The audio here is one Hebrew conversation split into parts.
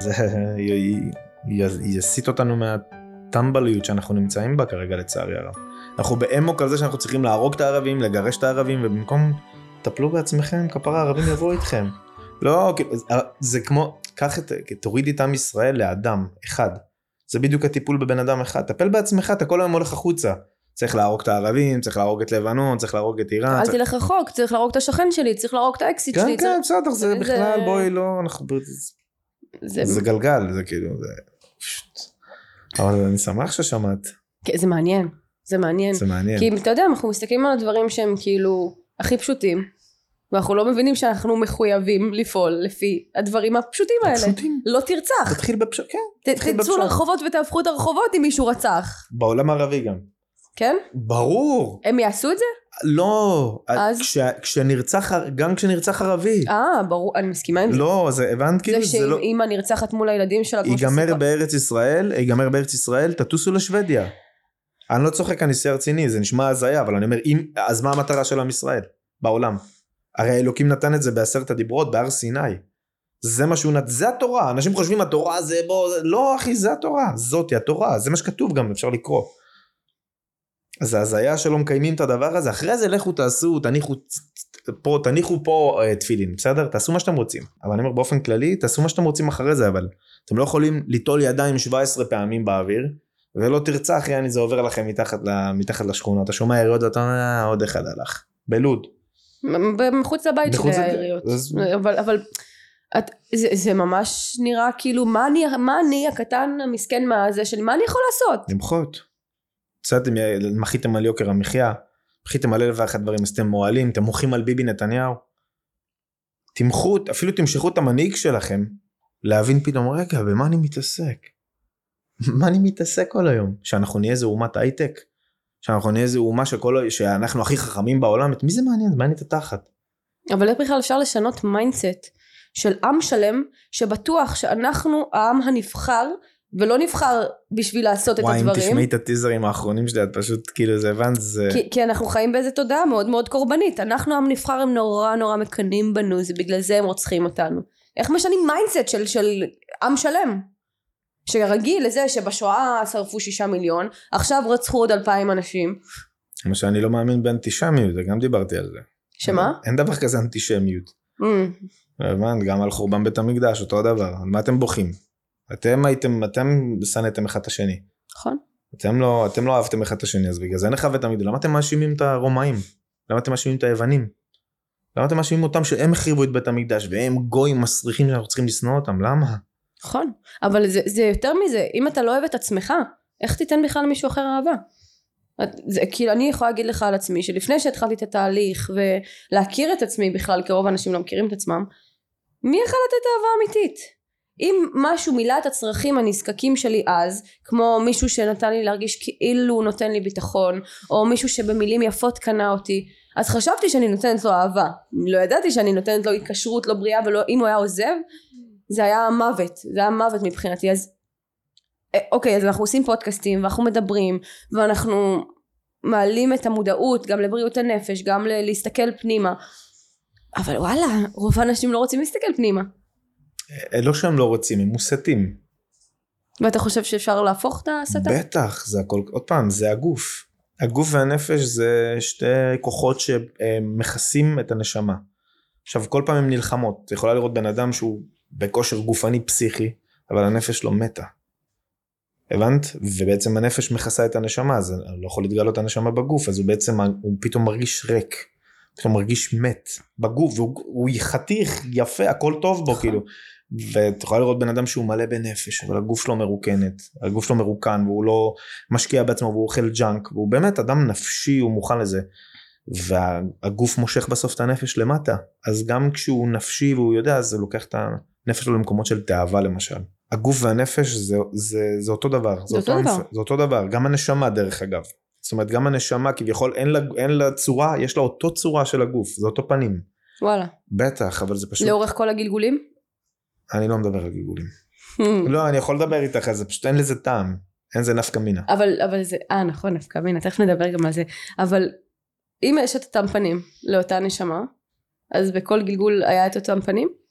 זה יסיט אותנו מהטמבליות שאנחנו נמצאים בה כרגע לצערי הרב. אנחנו באמוק על זה שאנחנו צריכים להרוג את הערבים, לגרש את הערבים, ובמקום תטפלו בעצמכם, כפרה הערבים יבואו איתכם. לא, זה כמו, תוריד את עם ישראל לאדם אחד. זה בדיוק הטיפול בבן אדם אחד. טפל בעצמך, אתה כל היום הולך החוצה. צריך להרוג את הערבים, צריך להרוג את לבנון, צריך להרוג את איראן. אל תלך רחוק, צריך להרוג את השכן שלי, צריך להרוג את האקסיט שלי. כן, בסדר, זה בכלל, בואי, לא, זה גלגל, זה כאילו, אבל אני שמח ששמעת. זה מעניין, זה מעניין. כי אתה יודע, אנחנו מסתכלים על הדברים שהם כאילו הכי פשוטים, ואנחנו לא מבינים שאנחנו מחויבים לפעול לפי הדברים הפשוטים האלה. לא תרצח. תתחיל בפשט, כן. תצאו לרחובות ותהפכו את הרחובות אם מישהו רצח. בעולם הערבי גם. כן? ברור. הם יעשו את זה? לא. גם כשנרצח ערבי. ברור, אני מסכימה עם זה. לא, זה הבנת כאילו. זה שאמא נרצחת מול הילדים שלה. ייגמר בארץ ישראל, תטוסו לשוודיה. אני לא צוחק, אני עושה רציני, זה נשמע הזיה, אבל אני אומר, אז מה המטרה של עם ישראל? בעולם. הרי אלוקים נתן את זה ב10 הדיברות, בהר סיני. זה מה שהוא זה התורה. אנשים חושבים התורה זה לא אחי, זה התורה. זאתי התורה, זה מה שכתוב גם, אפשר לקרוא. אז ההזיה שלא מקיימים את הדבר הזה, אחרי זה לכו תעשו, תניחו פה תפילין, בסדר? תעשו מה שאתם רוצים. אבל אני אומר באופן כללי, תעשו מה שאתם רוצים אחרי זה, אבל אתם לא יכולים ליטול ידיים 17 פעמים באוויר, ולא תרצח, יעני זה עובר לכם מתחת לשכונה. אתה שומע יריות ואתה אומר, עוד אחד הלך. בלוד. מחוץ לבית שלי היריות. אבל זה ממש נראה כאילו, מה אני הקטן המסכן מהזה של מה אני יכול לעשות? למחות. קצת מחיתם על יוקר המחיה, מחיתם על 1,001 דברים, אז אתם מועלים, אתם מוחים על ביבי נתניהו. תמחו, אפילו תמשכו את המנהיג שלכם, להבין פתאום, רגע, במה אני מתעסק? מה אני מתעסק כל היום? שאנחנו נהיה איזה אומת הייטק? שאנחנו נהיה איזה אומה שאנחנו הכי חכמים בעולם? את מי זה מעניין? מעניין את התחת. אבל איך בכלל אפשר לשנות מיינדסט של עם שלם, שבטוח שאנחנו העם הנבחר, ולא נבחר בשביל לעשות את הדברים. וואי, אם תשמעי את הטיזרים האחרונים שלי, את פשוט כאילו זה הבנת, זה... כי אנחנו חיים באיזה תודעה מאוד מאוד קורבנית. אנחנו עם נבחר, הם נורא נורא מקנים בנו, זה בגלל זה הם רוצחים אותנו. איך משנים מיינדסט של עם שלם? שרגיל לזה שבשואה שרפו 6 מיליון, עכשיו רצחו עוד 2,000 אנשים. מה שאני לא מאמין באנטישמיות, גם דיברתי על זה. שמה? אין דבר כזה אנטישמיות. הבנת, גם על חורבן בית המקדש, אותו הדבר. על מה אתם בוכים? אתם שנאתם אחד את השני. נכון. אתם לא אהבתם אחד את השני, אז בגלל זה אין אחד את המקדש. למה אתם מאשימים את הרומאים? למה אתם מאשימים את היוונים? למה אתם מאשימים אותם שהם החריבו את בית המקדש, והם גויים מסריחים שאנחנו צריכים לשנוא אותם? למה? נכון. אבל זה יותר מזה. אם אתה לא אוהב את עצמך, איך תיתן בכלל למישהו אחר אהבה? כאילו אני יכולה להגיד לך על עצמי, שלפני שהתחלתי את התהליך, ולהכיר את עצמי בכלל, כי רוב האנשים לא מכירים את עצמם, מי יכול לתת אהבה אמיתית? אם משהו מילא את הצרכים הנזקקים שלי אז, כמו מישהו שנתן לי להרגיש כאילו הוא נותן לי ביטחון, או מישהו שבמילים יפות קנה אותי, אז חשבתי שאני נותנת לו אהבה. לא ידעתי שאני נותנת לו התקשרות לא בריאה, ואם הוא היה עוזב, זה היה מוות. זה היה מוות מבחינתי. אז אוקיי, אז אנחנו עושים פודקאסטים, ואנחנו מדברים, ואנחנו מעלים את המודעות, גם לבריאות הנפש, גם להסתכל פנימה. אבל וואלה, רוב האנשים לא רוצים להסתכל פנימה. לא שהם לא רוצים, הם מוסתים. ואתה חושב שאפשר להפוך את הסתה? בטח, זה הכל, עוד פעם, זה הגוף. הגוף והנפש זה שתי כוחות שמכסים את הנשמה. עכשיו, כל פעם הם נלחמות. אתה יכולה לראות בן אדם שהוא בכושר גופני פסיכי, אבל הנפש לא מתה. הבנת? ובעצם הנפש מכסה את הנשמה, אז לא יכול להתגלות הנשמה בגוף, אז הוא פתאום מרגיש ריק. פתאום מרגיש מת בגוף, והוא חתיך, יפה, הכל טוב בו, כאילו. ואתה יכול לראות בן אדם שהוא מלא בנפש, אבל הגוף שלו מרוקנת, הגוף שלו מרוקן, והוא לא משקיע בעצמו, והוא אוכל ג'אנק, והוא באמת אדם נפשי, הוא מוכן לזה. והגוף מושך בסוף את הנפש למטה, אז גם כשהוא נפשי, והוא יודע, אז זה לוקח את הנפש שלו למקומות של תאווה, למשל. הגוף והנפש זה אותו דבר. זה אותו דבר, גם הנשמה דרך אגב. זאת אומרת, גם הנשמה, כביכול, אין לה צורה, יש לה אותו צורה של הגוף, זה אותו פנים. וואלה. בטח, אבל זה פשוט... לאורך כל הגלגולים? אני לא מדבר על גלגולים. לא, אני יכול לדבר איתך, זה פשוט אין לזה טעם, אין זה נפקא מינה. אבל זה, נכון, נפקא מינה, תכף נדבר גם על זה, אבל אם יש את אותם פנים לאותה נשמה, אז בכל גלגול היה את אותם פנים?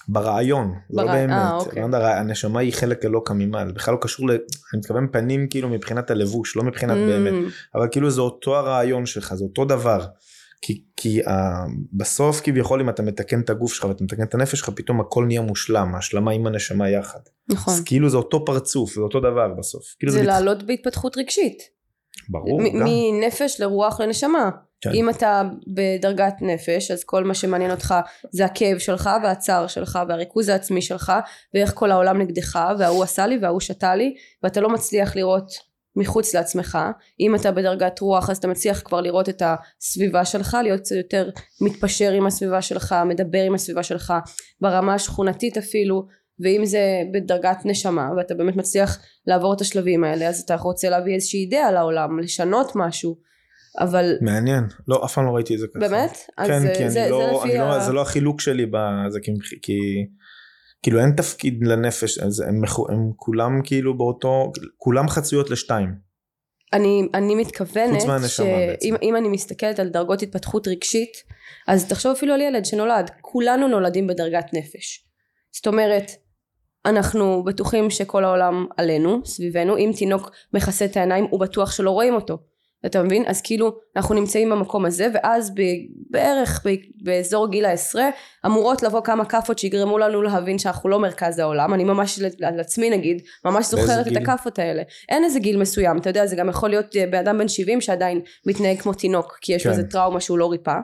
ברעיון, לא באמת, אוקיי. הנשמה היא חלק אלוקא ממעל, בכלל לא קשור, אני מתכוון פנים כאילו מבחינת הלבוש, לא מבחינת באמת, אבל כאילו זה אותו הרעיון שלך, זה אותו דבר, כי בסוף כביכול אם אתה מתקן את הגוף שלך ואתה מתקן את הנפש שלך, פתאום הכל נהיה מושלם, ההשלמה עם הנשמה יחד. נכון. אז כאילו זה אותו פרצוף, זה אותו דבר בסוף. זה לעלות בהתפתחות רגשית. ברור. מנפש לרוח לנשמה. כן. אם אתה בדרגת נפש, אז כל מה שמעניין אותך זה הכאב שלך והצער שלך והריכוז העצמי שלך, ואיך כל העולם נגדך, והוא עשה לי והוא שתה לי, ואתה לא מצליח לראות מחוץ לעצמך. אם אתה בדרגת רוח אז אתה מצליח כבר לראות את הסביבה שלך, להיות קצת יותר מתפשר עם הסביבה שלך, מדבר עם הסביבה שלך ברמה השכונתית אפילו, ואם זה בדרגת נשמה ואתה באמת מצליח לעבור את השלבים האלה, אז אתה רוצה להביא איזושהי אידאה לעולם, לשנות משהו. אבל מעניין, לא, אף פעם לא ראיתי את זה ככה. באמת? כן, כי זה לא החילוק שלי בזה, כי כאילו אין תפקיד לנפש, אז הם כולם כאילו באותו, כולם חצויות לשתיים. אני מתכוונת שאם אני מסתכלת על דרגות התפתחות רגשית, אז תחשוב אפילו על ילד שנולד, כולנו נולדים בדרגת נפש. זאת אומרת, אנחנו בטוחים שכל העולם עלינו, סביבנו, אם תינוק מכסה את העיניים הוא בטוח שלא רואים אותו. אתה מבין? אז כאילו אנחנו נמצאים במקום הזה, ואז בערך באזור גיל 10 אמורות לבוא כמה קפות שיגרמו לנו להבין שאנחנו לא מרכז העולם. אני ממש על עצמי נגיד ממש זוכרת את הקפות האלה. אין איזה גיל מסוים, אתה יודע, זה גם יכול להיות באדם בן 70 שעדיין מתנהג כמו תינוק, כי יש לו איזה טראומה שהוא לא ריפא.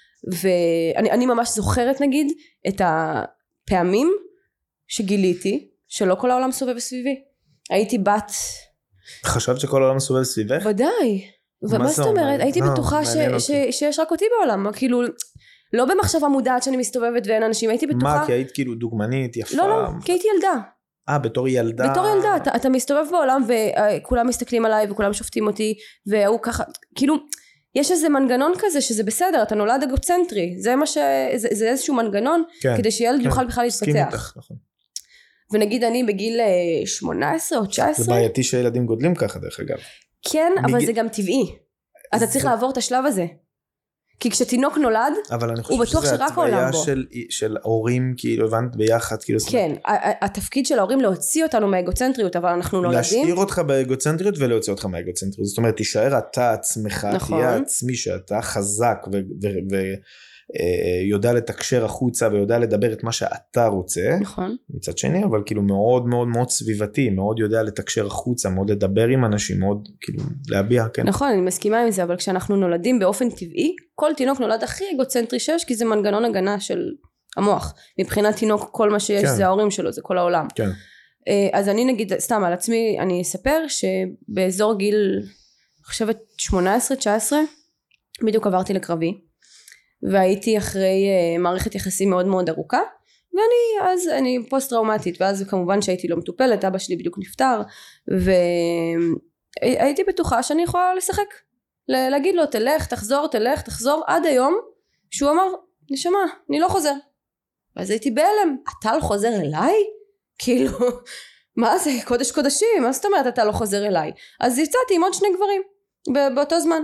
ואני ממש זוכרת נגיד את הפעמים שגיליתי שלא כל העולם סובב סביבי. הייתי בת... חשבת שכל העולם סובב סביבך? ודאי. ומה זאת אומרת? הייתי בטוחה שיש רק אותי בעולם, כאילו לא במחשבה מודעת שאני מסתובבת ואין אנשים, הייתי בטוחה... מה? כי היית כאילו דוגמנית, יפה? לא, כי הייתי ילדה. בתור ילדה? בתור ילדה, אתה מסתובב בעולם וכולם מסתכלים עליי וכולם שופטים אותי, והוא ככה, כאילו יש איזה מנגנון כזה שזה בסדר, אתה נולד אגוצנטרי, זה איזשהו מנגנון כדי שילד יוכל בכלל להתפתח. ונגיד אני בגיל 18 או 19... זה בעייתי שילדים גודלים ככה דרך אגב. כן, אבל זה גם טבעי. אתה צריך לעבור את השלב הזה. כי כשתינוק נולד, הוא בטוח שרק העולם בו. של הורים, כאילו, הבנת ביחד, כאילו... כן, התפקיד של ההורים להוציא אותנו מהאגוצנטריות, אבל אנחנו נולדים... להשאיר אותך באגוצנטריות ולהוציא אותך מהאגוצנטריות. זאת אומרת, תישאר אתה עצמך, תהיה עצמי שאתה חזק יודע לתקשר החוצה ויודע לדבר את מה שאתה רוצה. נכון. מצד שני, אבל כאילו מאוד מאוד מאוד סביבתי, מאוד יודע לתקשר החוצה, מאוד לדבר עם אנשים, מאוד כאילו להביע, כן. נכון, אני מסכימה עם זה, אבל כשאנחנו נולדים באופן טבעי, כל תינוק נולד הכי אגוצנטרי שיש, כי זה מנגנון הגנה של המוח. מבחינת תינוק, כל מה שיש זה ההורים שלו, זה כל העולם. כן. אז אני נגיד, סתם על עצמי, אני אספר שבאזור גיל, אני חושבת 18-19, בדיוק עברתי לקרבי. והייתי אחרי מערכת יחסים מאוד מאוד ארוכה, ואני פוסט טראומטית, ואז כמובן שהייתי לא מטופלת, אבא שלי בדיוק נפטר, והייתי בטוחה שאני יכולה לשחק, להגיד לו תלך, תחזור, עד היום שהוא אמר, נשמה, אני לא חוזר. ואז הייתי בהלם, אתה לא חוזר אליי? כאילו, מה זה, קודש קודשים, מה זאת אומרת אתה לא חוזר אליי? אז יצאתי עם עוד 2 גברים, באותו זמן.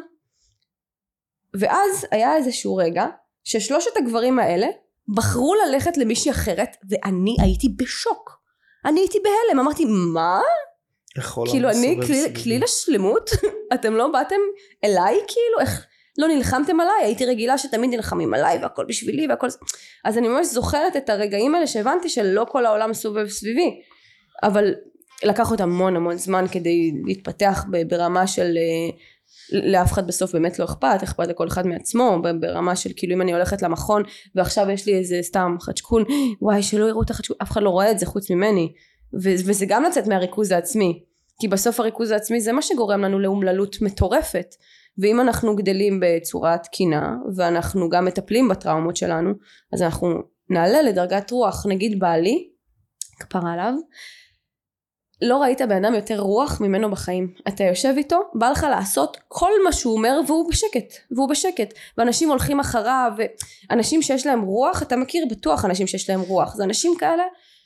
ואז היה איזשהו רגע ששלושת הגברים האלה בחרו ללכת למישהי אחרת, ואני הייתי בשוק. אני הייתי בהלם, אמרתי מה? כאילו אני כלי לשלמות? אתם לא באתם אליי כאילו? איך לא נלחמתם עליי? הייתי רגילה שתמיד נלחמים עליי והכל בשבילי והכל... אז אני ממש זוכרת את הרגעים האלה שהבנתי שלא כל העולם סובב סביבי, אבל לקח אותם המון זמן כדי להתפתח ברמה של... לאף אחד בסוף באמת לא אכפת לכל אחד מעצמו, ברמה של כאילו אם אני הולכת למכון ועכשיו יש לי איזה סתם חדשקון, וואי שלא יראו את החדשקון, אף אחד לא רואה את זה חוץ ממני, וזה גם לצאת מהריכוז העצמי, כי בסוף הריכוז העצמי זה מה שגורם לנו לאומללות מטורפת, ואם אנחנו גדלים בצורה תקינה ואנחנו גם מטפלים בטראומות שלנו, אז אנחנו נעלה לדרגת רוח. נגיד בעלי, כפרה עליו, לא ראית בן אדם יותר רוח ממנו בחיים. אתה יושב איתו, בא לך לעשות כל מה שהוא אומר והוא בשקט, ואנשים הולכים אחריו, ואנשים שיש להם רוח, אתה מכיר בטוח אנשים שיש להם רוח, זה אנשים כאלה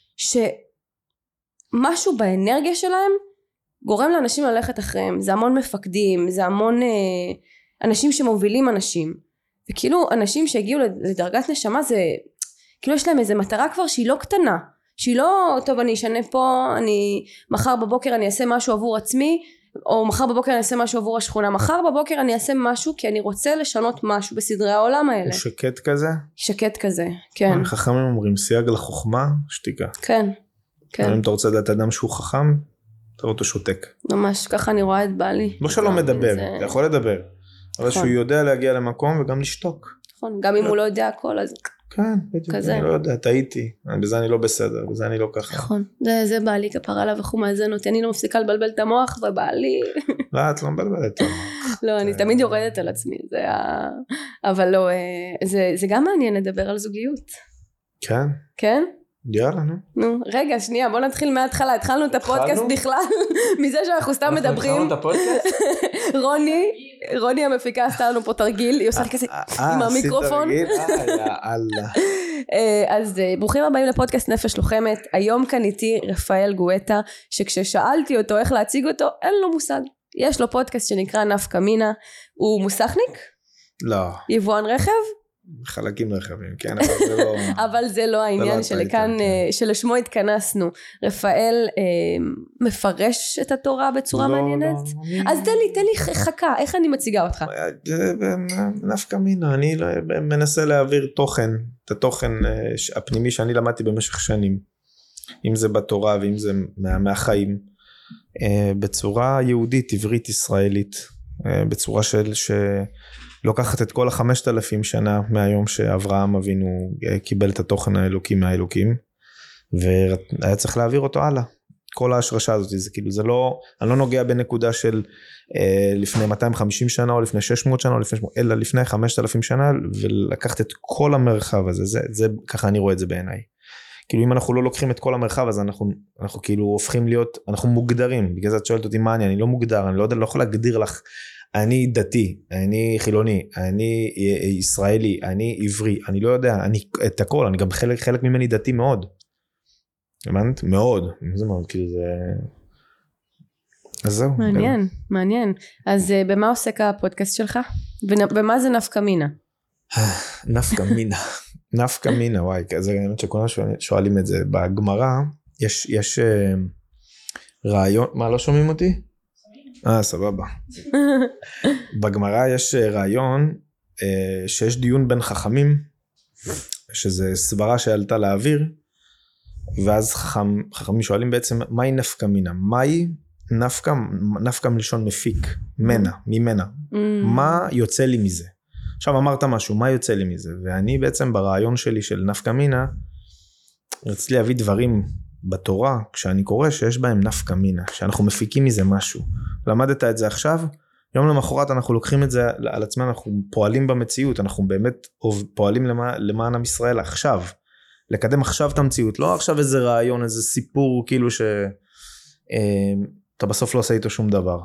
שמשהו באנרגיה שלהם גורם לאנשים ללכת אחריהם. זה המון מפקדים, זה המון אנשים שמובילים אנשים, וכאילו אנשים שהגיעו לדרגת נשמה, זה כאילו יש להם איזה מטרה כבר שהיא לא קטנה, שהיא לא, טוב אני אשנה פה, אני מחר בבוקר אני אעשה משהו עבור עצמי, או מחר בבוקר אני אעשה משהו עבור השכונה, מחר בבוקר אני אעשה משהו כי אני רוצה לשנות משהו בסדרי העולם האלה. הוא שקט כזה? שקט כזה, כן. חכמים אומרים, סייג לחוכמה, שתיקה. כן, כן. אם אתה רוצה לדעת אדם שהוא חכם, אתה רואה אותו שותק. ממש, ככה אני רואה את בעלי. לא שלא מדבר, אתה יכול לדבר. אבל שהוא יודע להגיע למקום וגם לשתוק. נכון, גם אם הוא לא יודע הכל, אז... כן, בדיוק, אני לא יודע, טעיתי, בזה אני לא בסדר, בזה אני לא ככה. נכון, זה בעלי כפרה עליו, איך הוא מאזן אותי, אני לא מפסיקה לבלבל את המוח, ובעלי... לא, את לא מבלבלת את המוח. לא, אני תמיד יורדת על עצמי, אבל לא, זה גם מעניין לדבר על זוגיות. כן? כן? יאללה, נו, רגע, שנייה, בוא נתחיל מההתחלה, התחלנו את הפודקאסט בכלל, מזה שאנחנו סתם מדברים. התחלנו את הפודקאסט? רוני המפיקה עשתה לנו פה תרגיל, היא עושה לי כזה עם המיקרופון. אז ברוכים הבאים לפודקאסט נפש לוחמת, היום כאן איתי רפאל גואטה, שכששאלתי אותו איך להציג אותו, אין לו מושג. יש לו פודקאסט שנקרא נפקא מינה, הוא מוסכניק? לא. יבואן רכב? חלקים רחבים, כן, אבל זה לא... אבל זה לא העניין שלכאן, שלשמו התכנסנו. רפאל מפרש את התורה בצורה מעניינת? אז תן לי חכה, איך אני מציגה אותך? נפקא מינה, אני מנסה להעביר תוכן, את התוכן הפנימי שאני למדתי במשך שנים, אם זה בתורה ואם זה מהחיים, בצורה יהודית, עברית, ישראלית, בצורה לוקחת את כל 5,000 שנה מהיום שאברהם אבינו קיבל את התוכן האלוקי מהאלוקים, והיה צריך להעביר אותו הלאה. כל ההשרשה הזאת, זה כאילו, זה לא, אני לא נוגע בנקודה של לפני 250 שנה או לפני 600 שנה, אלא לפני 5,000 שנה, ולקחת את כל המרחב הזה, זה ככה אני רואה את זה בעיניי. כאילו אם אנחנו לא לוקחים את כל המרחב, אז אנחנו כאילו הופכים להיות, אנחנו מוגדרים, בגלל זה את שואלת אותי מה אני לא מוגדר, אני לא יכול להגדיר לך, אני דתי, אני חילוני, אני ישראלי, אני עברי, אני לא יודע, אני את הכל, אני גם חלק ממני דתי מאוד. הבנת? מאוד. זה מאוד, כאילו זה... אז זהו. מעניין, מעניין. אז במה עוסק הפודקאסט שלך? ומה זה נפקא מינה? נפקא מינה. נפקא מינה, וואי, זה באמת שכולם שואלים את זה. בגמרא, יש רעיון, מה, לא שומעים אותי? סבבה. בגמרא יש רעיון שיש דיון בין חכמים, שזה סברה שעלתה לאוויר, ואז חכמים שואלים בעצם, מהי נפקא מינה? מהי נפקא מלשון מפיק, מנה, ממנה. מה יוצא לי מזה? עכשיו אמרת משהו, מה יוצא לי מזה? ואני בעצם ברעיון שלי של נפקא מינה, רציתי להביא דברים בתורה, כשאני קורא שיש בהם נפקא מינה, שאנחנו מפיקים מזה משהו. למדת את זה עכשיו, יום למחרת אנחנו לוקחים את זה על עצמנו, אנחנו פועלים במציאות, אנחנו באמת פועלים למען עם ישראל עכשיו, לקדם עכשיו את המציאות, לא עכשיו איזה רעיון, איזה סיפור, כאילו שאתה בסוף לא עושה איתו שום דבר.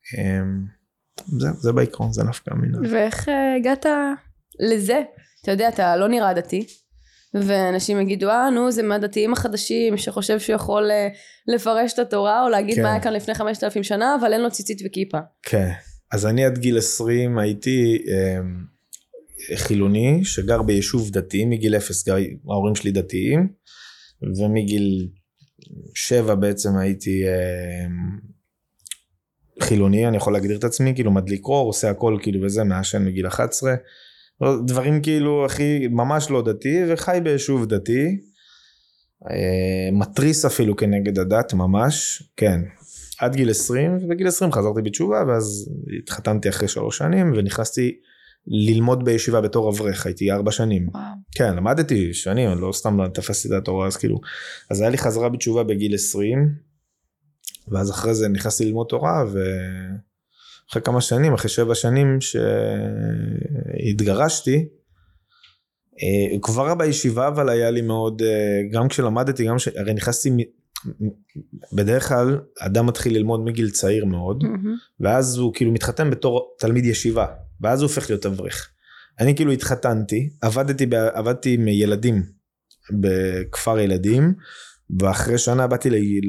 זה בעיקרון, זה נפקא מינה. ואיך הגעת לזה? אתה יודע, אתה לא נראה דתי, ואנשים יגידו, נו, זה מהדתיים החדשים, שחושב שהוא יכול לפרש את התורה, או להגיד מה היה כאן לפני 5,000 שנה, אבל אין לו ציצית וכיפה. כן, אז אני עד גיל 20 הייתי חילוני, שגר ביישוב דתי, מגיל 0, ההורים שלי דתיים, ומגיל 7 בעצם הייתי חילוני, אני יכול להגדיר את עצמי, כאילו מדליק אור, עושה הכל כאילו וזה, מעשן מגיל 11, דברים כאילו הכי ממש לא דתי, וחי ביישוב דתי, מטריס אפילו כנגד הדת ממש, כן, עד גיל 20, ובגיל 20 חזרתי בתשובה, ואז התחתנתי אחרי 3 שנים, ונכנסתי ללמוד בישיבה בתור אברך, הייתי 4 שנים, כן, למדתי שנים, לא סתם תפסתי את התורה, אז כאילו, אז היה לי חזרה בתשובה בגיל 20, ואז אחרי זה נכנסתי ללמוד תורה, אחרי כמה שנים, אחרי 7 שנים שהתגרשתי, כבר בישיבה, אבל היה לי מאוד, גם כשלמדתי, הרי נכנסתי, בדרך כלל, אדם מתחיל ללמוד מגיל צעיר מאוד, ואז הוא כאילו מתחתן בתור תלמיד ישיבה, ואז הוא הופך להיות אברך. אני כאילו התחתנתי, עבדתי עם ילדים, בכפר ילדים, ואחרי שנה באתי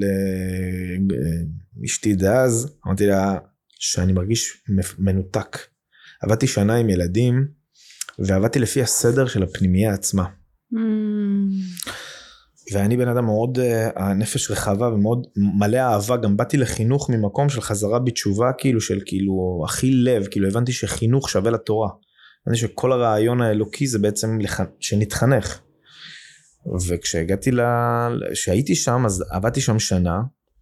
לאשתי דאז, אמרתי לה, שאני מרגיש מנותק. עבדתי שנה עם ילדים, ועבדתי לפי הסדר של הפנימייה עצמה. ואני בן אדם מאוד, הנפש רחבה ומאוד מלא אהבה, גם באתי לחינוך ממקום של חזרה בתשובה, כאילו של כאילו הכי לב, כאילו הבנתי שחינוך שווה לתורה, הבנתי שכל הרעיון האלוקי זה בעצם שנתחנך, וכשהגעתי שהייתי שם, אז עבדתי שם שנה,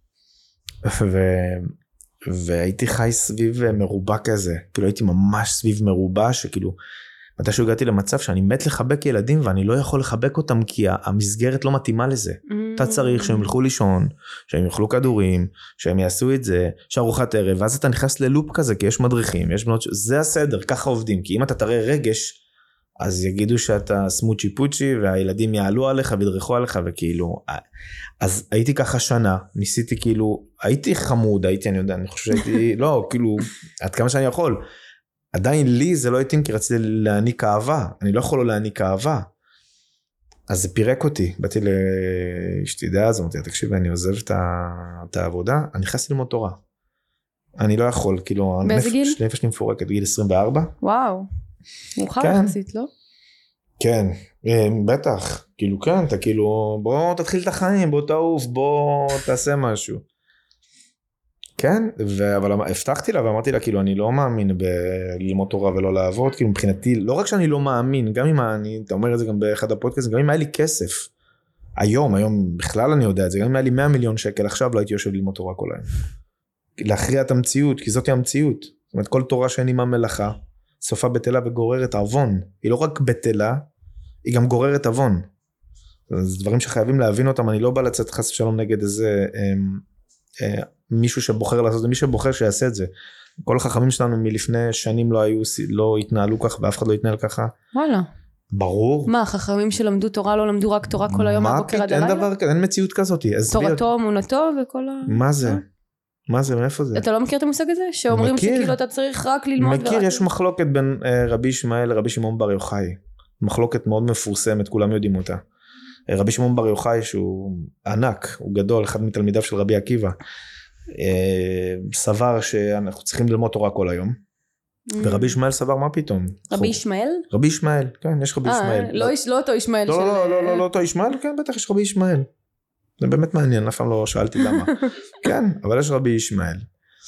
והייתי חי סביב מרובע כזה, כאילו הייתי ממש סביב מרובע, שכאילו, מתישהו הגעתי למצב שאני מת לחבק ילדים, ואני לא יכול לחבק אותם, כי המסגרת לא מתאימה לזה. אתה צריך שהם ילכו לישון, שהם יאכלו כדורים, שהם יעשו את זה, שארוחת ערב, ואז אתה נכנס ללופ כזה, כי יש מדריכים, יש בנות, זה הסדר, ככה עובדים, כי אם אתה תראה רגש, אז יגידו שאתה סמוצ'י פוצ'י, והילדים יעלו עליך, וידרכו עליך, וכאילו, אז הייתי ככה שנה, ניסיתי כאילו, הייתי חמוד, אני יודע, אני חושב שהייתי, לא, כאילו, עד כמה שאני יכול, עדיין לי זה לא התאים, כי רציתי להעניק אהבה, אני לא יכול להעניק אהבה, אז זה פירק אותי, באתי לאשתי דאז, אמרתי, תקשיב, אני עוזב את העבודה, אני נכנסתי ללמוד תורה, אני לא יכול, כאילו, באיזה גיל? הנפש שלי מפורקת, גיל 24. וואו, מאוחר יחסית, לא? כן, בטח, כאילו כן, אתה כאילו, בוא תתחיל את החיים, בוא תעוף, בוא תעשה משהו. כן, אבל הבטחתי לה ואמרתי לה, כאילו, אני לא מאמין בללמוד תורה ולא לעבוד, כאילו מבחינתי, לא רק שאני לא מאמין, גם אם אתה אומר את זה גם באחד הפודקאסט, גם אם היה לי כסף, היום בכלל אני יודע את זה, גם אם היה לי 100 מיליון שקל, עכשיו לא הייתי יושב ללמוד תורה כל היום. להכריע את המציאות, כי זאת היא המציאות. זאת אומרת, כל תורה שאין עימה מלאכה, סופה בטלה וגוררת עוון. היא לא רק בטלה, היא גם גוררת עוון. זה דברים שחייבים להבין אותם, אני לא בא לצאת חס ושלום נגד איזה מישהו שבוחר לעשות זה, מי שבוחר שיעשה את זה. כל החכמים שלנו מלפני שנים לא התנהלו ככה, ואף אחד לא התנהל ככה. וואלה. ברור. מה, החכמים שלמדו תורה לא למדו רק תורה כל היום מהבוקר עד הלילה? אין דבר כזה, אין מציאות כזאת. תורתו, אמונתו וכל ה... מה זה? מה זה, מאיפה זה? אתה לא מכיר את המושג הזה? שאומרים שכאילו אתה צריך רק ללמוד מכיר, יש מחלוקת בין רבי ישמעאל לרבי שמעון בר יוחאי. מחלוקת מאוד מפורסמת, כולם יודעים אותה. רבי שמעון בר יוחאי שהוא ענק, הוא גדול, אחד מתלמידיו של רבי עקיבא, סבר שאנחנו צריכים ללמוד תורה כל היום. ורבי ישמעאל סבר, מה פתאום? רבי ישמעאל? רבי ישמעאל, כן, יש רבי ישמעאל. לא אותו ישמעאל של... לא אותו ישמעאל, כן, בטח יש רבי ישמעאל. זה באמת מעניין, אף פעם לא שאלתי למה. כן, אבל יש רבי ישמעאל.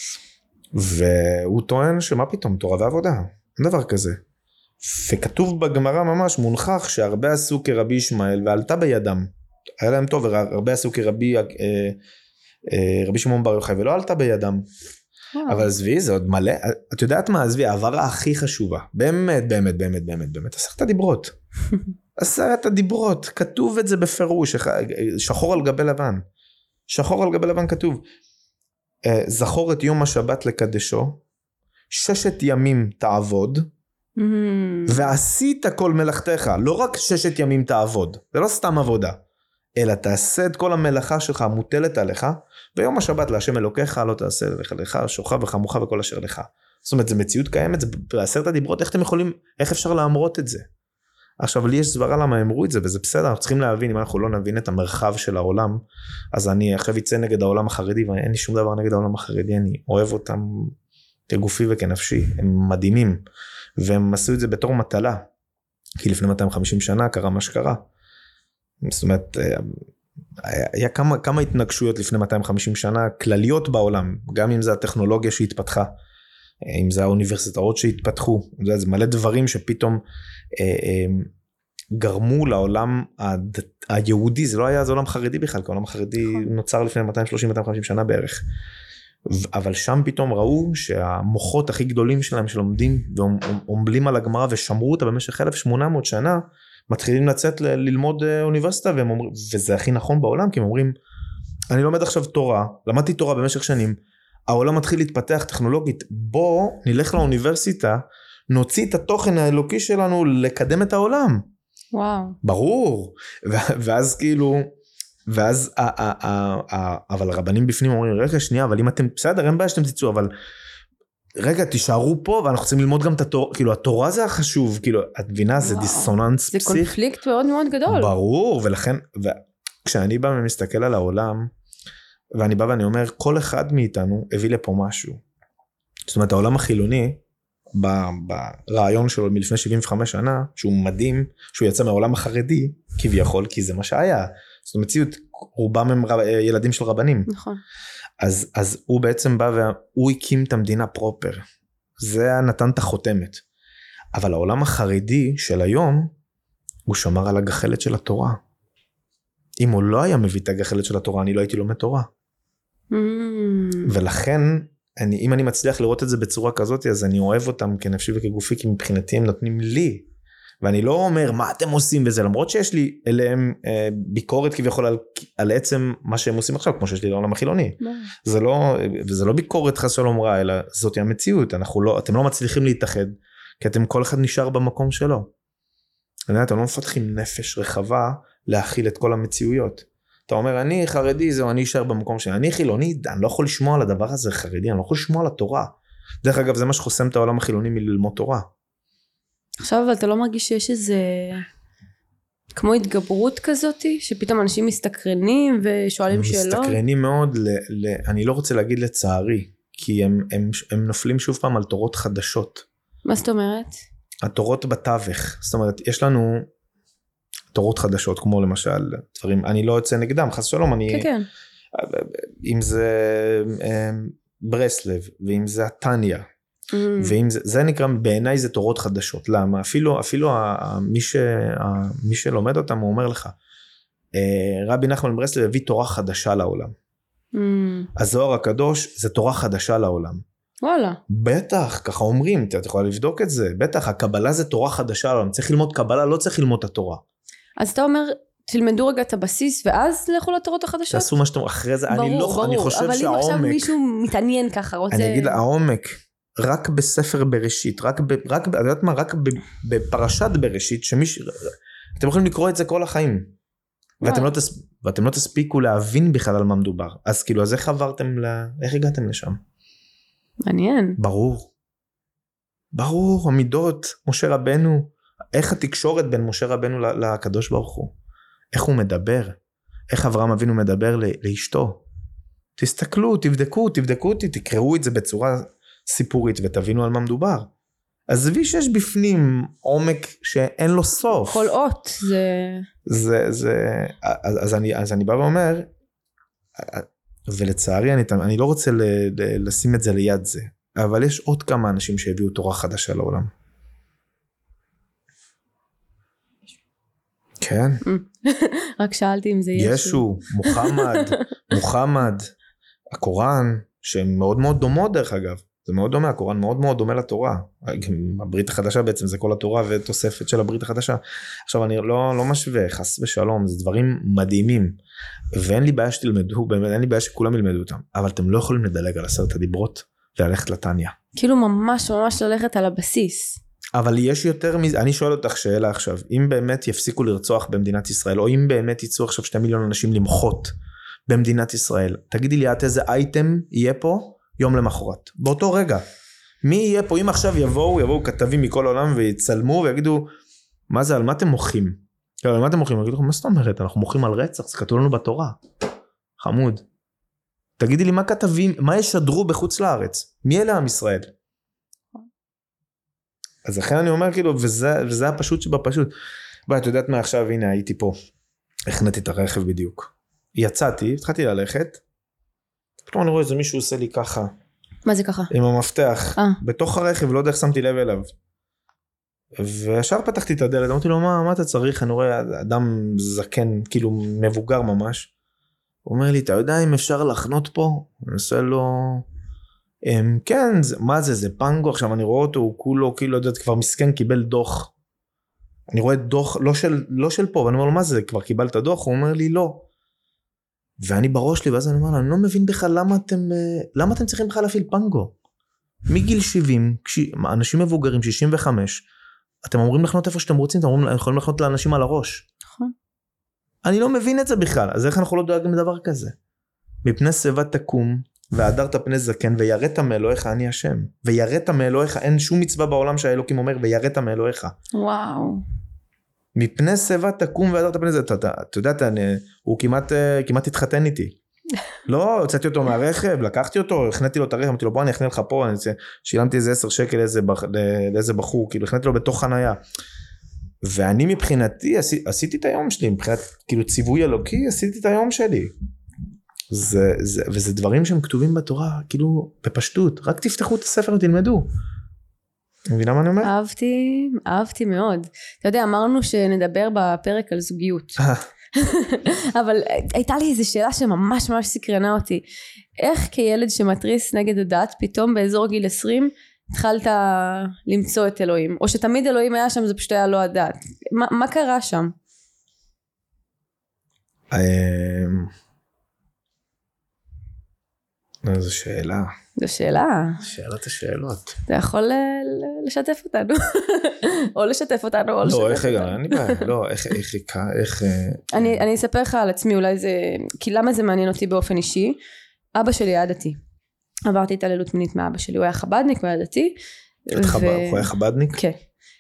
והוא טוען שמה פתאום, תורה ועבודה. אין דבר כזה. וכתוב בגמרא ממש מונחח שהרבה עשו כרבי ישמעאל ועלתה בידם. היה להם טוב, והרבה עשו כרבי שמעון בר יוחאי ולא עלתה בידם. אבל עזבי, זה עוד מלא. את יודעת מה, עזבי, העברה הכי חשובה. באמת, באמת, באמת, באמת, באמת. עשרת הדיברות. 10 הדיברות, כתוב את זה בפירוש, שחור על גבי לבן. שחור על גבי לבן כתוב. זכור את יום השבת לקדשו, 6 ימים תעבוד, ועשית כל מלאכתך, לא רק 6 ימים תעבוד, זה לא סתם עבודה, אלא תעשה את כל המלאכה שלך המוטלת עליך, ויום השבת להשם אלוקיך, לא תעשה לך שורך וחמוך וכל אשר לך. זאת אומרת, זה מציאות קיימת, זה ב10 הדיברות, איך אפשר לאמרות את זה? עכשיו, לי יש סברה למה אמרו את זה, וזה בסדר, אנחנו צריכים להבין, אם אנחנו לא נבין את המרחב של העולם, אז אני עכשיו יצא נגד העולם החרדי, ואין לי שום דבר נגד העולם החרדי, אני אוהב אותם כגופי וכנפשי, הם מדהימים, והם עשו את זה בתור מטלה, כי לפני 250 שנה קרה מה שקרה, זאת אומרת, היה כמה התנגשויות לפני 250 שנה, כלליות בעולם, גם אם זה הטכנולוגיה שהתפתחה, אם זה האוניברסיטאות שהתפתחו, זה מלא דברים שפתאום גרמו לעולם היהודי, זה לא היה עולם חרדי בכלל, כי העולם החרדי נוצר לפני 230-250 שנה בערך, אבל שם פתאום ראו שהמוחות הכי גדולים שלהם שלומדים ועומלים על הגמרא ושמרו אותה במשך 1800 שנה, מתחילים לצאת ללמוד אוניברסיטה, וזה הכי נכון בעולם, כי הם אומרים, אני לומד עכשיו תורה, למדתי תורה במשך שנים, העולם מתחיל להתפתח טכנולוגית, בוא נלך לאוניברסיטה, נוציא את התוכן האלוקי שלנו לקדם את העולם. וואו. ברור. ואז כאילו, אבל הרבנים בפנים אומרים, רגע שנייה, אבל אם אתם, בסדר, אין בעיה שאתם תצאו, אבל רגע, תישארו פה, ואנחנו צריכים ללמוד גם את התורה, כאילו התורה זה החשוב, כאילו, את מבינה, זה דיסוננס פסיכי. זה קונפליקט מאוד מאוד גדול. ברור, ולכן, כשאני בא ומסתכל על העולם, ואני בא ואני אומר, כל אחד מאיתנו הביא לפה משהו. זאת אומרת, העולם החילוני, ברעיון שלו מלפני 75 שנה, שהוא מדהים, שהוא יצא מהעולם החרדי, כביכול, כי זה מה שהיה. זאת מציאות, רובם הם ילדים של רבנים. נכון. אז הוא בעצם בא והוא הקים את המדינה פרופר. זה נתן את החותמת. אבל העולם החרדי של היום, הוא שמר על הגחלת של התורה. אם הוא לא היה מביא את הגחלת של התורה, אני לא הייתי לומד תורה. ולכן, אם אני מצליח לראות את זה בצורה כזאת, אז אני אוהב אותם כנפשי וכגופי, כי מבחינתי הם נותנים לי. ואני לא אומר מה אתם עושים בזה, למרות שיש לי אליהם ביקורת כביכול על עצם מה שהם עושים עכשיו, כמו שיש לי לעולם החילוני. וזה לא ביקורת חס שלום רע, אלא זאת המציאות. אתם לא מצליחים להתאחד, כי אתם כל אחד נשאר במקום שלו. אתם לא מפתחים נפש רחבה להכיל את כל המציאויות. אתה אומר, אני חרדי, זהו, אני אשאר במקום שלי. אני חילוני, אני לא יכול לשמוע על הדבר הזה חרדי, אני לא יכול לשמוע על התורה. דרך אגב, זה מה שחוסם את העולם החילוני מללמוד תורה. עכשיו, אבל אתה לא מרגיש שיש איזה, כמו התגברות כזאת, שפתאום אנשים מסתקרנים ושואלים שאלות? מסתקרנים מאוד, אני לא רוצה להגיד לצערי, כי הם נופלים שוב פעם על תורות חדשות. מה זאת אומרת? התורות בתווך, זאת אומרת, יש לנו תורות חדשות, כמו למשל, דברים, אני לא יוצא נגדם, חס שלום, אני, כן. אם זה ברסלב, ואם זה הטניה, ואם זה נקרא, בעיניי זה תורות חדשות, למה? אפילו מי שלומד אותם, הוא אומר לך, רבי נחמן ברסלב הביא תורה חדשה לעולם. הזוהר הקדוש, זה תורה חדשה לעולם. וואלה. בטח, ככה אומרים, אתה יכול לבדוק את זה, בטח, הקבלה זה תורה חדשה לעולם, צריך ללמוד קבלה, לא צריך ללמוד את התורה. אז אתה אומר, תלמדו רגע את הבסיס, ואז לכו לתורות החדשות? תעשו מה שאתם, אחרי זה, ברור, אני חושב אבל שהעומק, אם עכשיו מישהו מתעניין ככה, רוצה... אני אגיד לה, העומק, רק בספר בראשית, רק בפרשת בראשית, אתם יכולים לקרוא את זה כל החיים, ואתם לא תספיקו להבין בכלל על מה מדובר, אז כאילו, אז איך הגעתם לשם? מעניין. ברור, המידות, משה רבנו, איך התקשורת בין משה רבנו לקדוש ברוך הוא, איך הוא מדבר, איך אברהם אבינו מדבר לאשתו, תסתכלו, תבדקו אותי, תקראו את זה בצורה סיפורית ותבינו על מה מדובר. עזבי שיש בפנים עומק שאין לו סוף. כל אות אז אני בא ואומר, ולצערי אני לא רוצה לשים את זה ליד זה, אבל יש עוד כמה אנשים שהביאו תורה חדשה לעולם. כן. רק שאלתי אם זה ישו. ישו, מוחמד, הקוראן, שהן מאוד מאוד דומות דרך אגב. זה מאוד דומה, הקוראן מאוד מאוד דומה לתורה. הברית החדשה בעצם זה כל התורה ותוספת של הברית החדשה. עכשיו אני לא משווה, חס ושלום, זה דברים מדהימים. ואין לי בעיה שתלמדו, באמת אין לי בעיה שכולם ילמדו אותם. אבל אתם לא יכולים לדלג על 10 הדיברות וללכת לטניה. כאילו ממש ללכת על הבסיס. אבל יש יותר מזה, אני שואל אותך שאלה עכשיו, אם באמת יפסיקו לרצוח במדינת ישראל, או אם באמת יצאו עכשיו 2 מיליון אנשים למחות במדינת ישראל, תגידי לי את איזה אייטם יהיה פה יום למחרת, באותו רגע, מי יהיה פה, אם עכשיו יבואו כתבים מכל העולם ויצלמו ויגידו, מה זה, על מה אתם מוחים? על מה אתם מוחים? יגידו, מה זאת אומרת, אנחנו מוחים על רצח, זה כתוב לנו בתורה, חמוד. תגידי לי מה כתבים, מה ישדרו בחוץ לארץ, מי אלה עם ישראל? אז לכן אני אומר כאילו, וזה הפשוט שבפשוט. בואי, את יודעת מה עכשיו, הנה הייתי פה, הכנתי את הרכב בדיוק. יצאתי, התחלתי ללכת, פתאום אני רואה איזה מישהו עושה לי ככה. מה זה ככה? עם המפתח, בתוך הרכב, לא יודע איך שמתי לב אליו. וישר פתחתי את הדלת, אמרתי לו, מה אתה צריך? אני רואה אדם זקן, כאילו מבוגר ממש. הוא אומר לי, אתה יודע אם אפשר לחנות פה? אני עושה לו... כן, מה זה? זה פנגו, עכשיו אני רואה אותו, הוא כולו, כאילו, יודעת, כבר מסכן, קיבל דוח. אני רואה דוח, לא של פה, ואני אומר לו, מה זה? כבר קיבלת דוח? הוא אומר לי, לא. ואני בראש לי, ואז אני אומר לו, אני לא מבין בכלל למה אתם צריכים בכלל להפעיל פנגו? מגיל 70, אנשים מבוגרים, 65, אתם אומרים לחנות איפה שאתם רוצים, אתם יכולים לחנות לאנשים על הראש. נכון. אני לא מבין את זה בכלל, אז איך אנחנו לא דואגים לדבר כזה? מפני שיבה תקום, והדרת פני זקן, ויראת מאלוהיך אני השם. ויראת מאלוהיך, אין שום מצווה בעולם שהאלוקים אומר, ויראת מאלוהיך. וואו. מפני שיבה תקום והדרת פני זקן, אתה יודע, הוא כמעט התחתן איתי. לא, הוצאתי אותו מהרכב, לקחתי אותו, הכנתי לו את הרכב, אמרתי לו, בוא אני אכנה לך פה, שילמתי איזה 10 שקל לאיזה בחור, כאילו הכנתי לו בתוך חנייה. ואני מבחינתי עשיתי את היום שלי, מבחינת כאילו ציווי אלוקי, עשיתי את היום שלי. וזה דברים שהם כתובים בתורה, כאילו בפשטות, רק תפתחו את הספר ותלמדו. מבינה מה אני אומר? אהבתי מאוד. אתה יודע, אמרנו שנדבר בפרק על זוגיות. אבל הייתה לי איזו שאלה שממש ממש סקרנה אותי. איך כילד שמתריס נגד הדת, פתאום באזור גיל 20, התחלת למצוא את אלוהים? או שתמיד אלוהים היה שם, זה פשוט היה לא הדת. מה קרה שם? זו שאלה. זו שאלה. שאלת השאלות. אתה יכול לשתף אותנו. או לשתף אותנו, או לשתף אותנו. לא, איך הגענו? אני בעיה. לא, איך... אני אספר לך על עצמי, אולי זה... כי למה זה מעניין אותי באופן אישי? אבא שלי היה דתי. עברתי התעללות מינית מאבא שלי. הוא היה חבדניק, הוא היה דתי. הוא היה חבדניק? כן.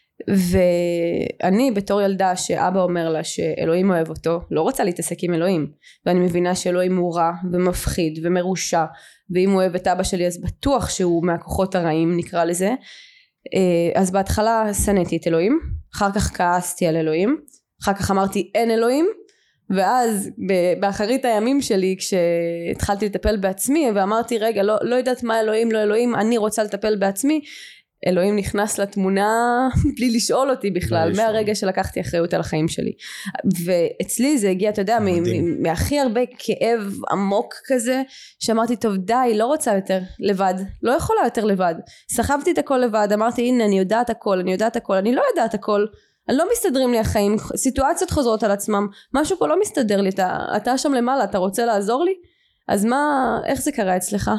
ואני בתור ילדה שאבא אומר לה שאלוהים אוהב אותו, לא רוצה להתעסק עם אלוהים, ואני מבינה שאלוהים הוא רע ומפחיד ומרושע, ואם הוא אוהב את אבא שלי אז בטוח שהוא מהכוחות הרעים, נקרא לזה. אז בהתחלה שנאתי את אלוהים, אחר כך כעסתי על אלוהים, אחר כך אמרתי אין אלוהים, ואז באחרית הימים שלי כשהתחלתי לטפל בעצמי ואמרתי רגע לא יודעת מה אלוהים לא אלוהים, אני רוצה לטפל בעצמי, אלוהים נכנס לתמונה בלי לשאול אותי בכלל, מהרגע שלקחתי אחריות על החיים שלי. ואצלי זה הגיע, אתה יודע, מהכי הרבה כאב עמוק כזה, שאמרתי, טוב די, לא רוצה יותר לבד, לא יכולה יותר לבד. סחבתי את הכל לבד, אמרתי, הנה אני יודעת הכל, אני לא יודעת הכל, אני לא מסתדרים לי החיים, סיטואציות חוזרות על עצמם, משהו פה לא מסתדר לי, אתה שם למעלה, אתה רוצה לעזור לי? אז איך זה קרה אצלך?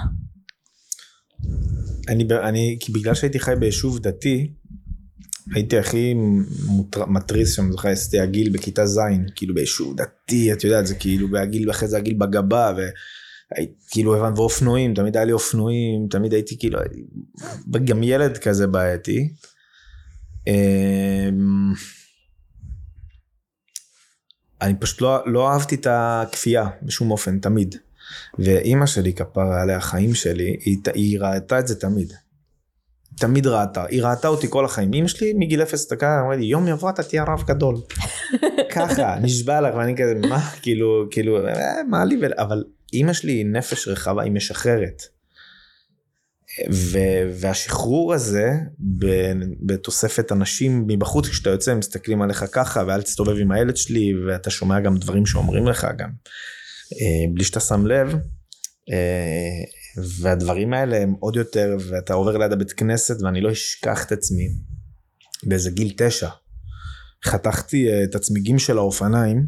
כי בגלל שהייתי חי ביישוב דתי, הייתי הכי מטריס שם, זוכר, עשיתי הגיל בכיתה זין, כאילו ביישוב דתי, את יודעת, זה כאילו בהגיל, אחרי זה הגיל בגבה, וכאילו הבנת, ואופנועים, תמיד היה לי אופנועים, תמיד הייתי כאילו, גם ילד כזה בעייתי. אני פשוט לא אהבתי את הכפייה, בשום אופן, תמיד. ואימא שלי כפרה עליה החיים שלי, היא ראתה את זה תמיד ראתה, היא ראתה אותי כל החיים, אימא שלי מגיל 0 תקעה, אמרה לי, יום יבוא אתה תהיה רב גדול, ככה, נשבע לך, ואני כזה, מה, כאילו, מה לי, אבל אימא שלי היא נפש רחבה, היא משחררת, והשחרור הזה, בתוספת אנשים מבחוץ, כשאתה יוצא, הם מסתכלים עליך ככה, ואל תסתובב עם הילד שלי, ואתה שומע גם דברים שאומרים לך גם, בלי שאתה שם לב, והדברים האלה הם עוד יותר, ואתה עובר ליד הבית כנסת, ואני לא אשכח את עצמי, באיזה גיל 9, חתכתי את הצמיגים של האופניים,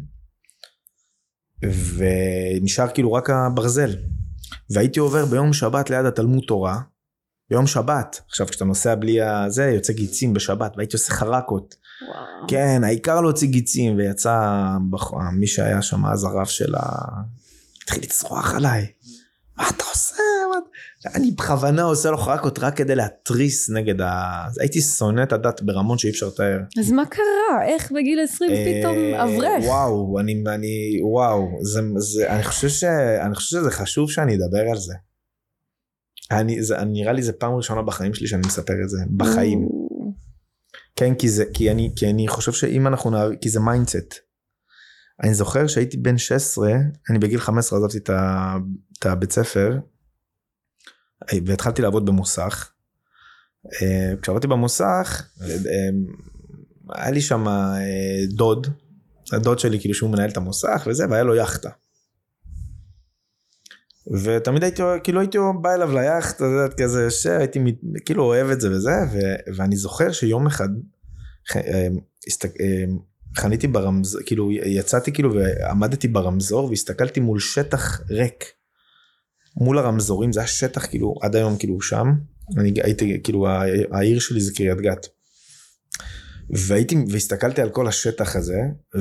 ונשאר כאילו רק הברזל, והייתי עובר ביום שבת ליד התלמוד תורה, ביום שבת, עכשיו כשאתה נוסע בלי זה, יוצא גיצים בשבת, והייתי עושה חרקות, וואו. כן, העיקר להוציא גיצים, ויצא מי שהיה שם אז הרב שלה, התחיל לצרוח עליי, מה אתה עושה? אני בכוונה עושה לו חרקות רק כדי להטריס נגד הייתי שונא את הדת ברמון שאי אפשר לתאר. אז מה קרה? איך בגיל 20 פתאום אברך? וואו, אני חושב שזה חשוב שאני אדבר על זה. נראה לי זה פעם ראשונה בחיים שלי שאני מספר את זה, בחיים. כן, כי אני חושב שאם אנחנו כי זה מיינדסט. אני זוכר שהייתי בן 16, אני בגיל 15 עזבתי את הבית ספר, והתחלתי לעבוד במוסך. כשעבדתי במוסך, היה לי שם הדוד שלי כאילו שהוא מנהל את המוסך וזה, והיה לו יחטה. ותמיד הייתי בא אליו ליחט, כזה שהייתי כאילו אוהב את זה וזה, ואני זוכר שיום אחד חניתי ברמזור, כאילו יצאתי כאילו ועמדתי ברמזור, והסתכלתי מול שטח ריק, מול הרמזורים, זה היה שטח כאילו עד היום כאילו שם, אני הייתי כאילו העיר שלי זה קריית גת, והסתכלתי על כל השטח הזה,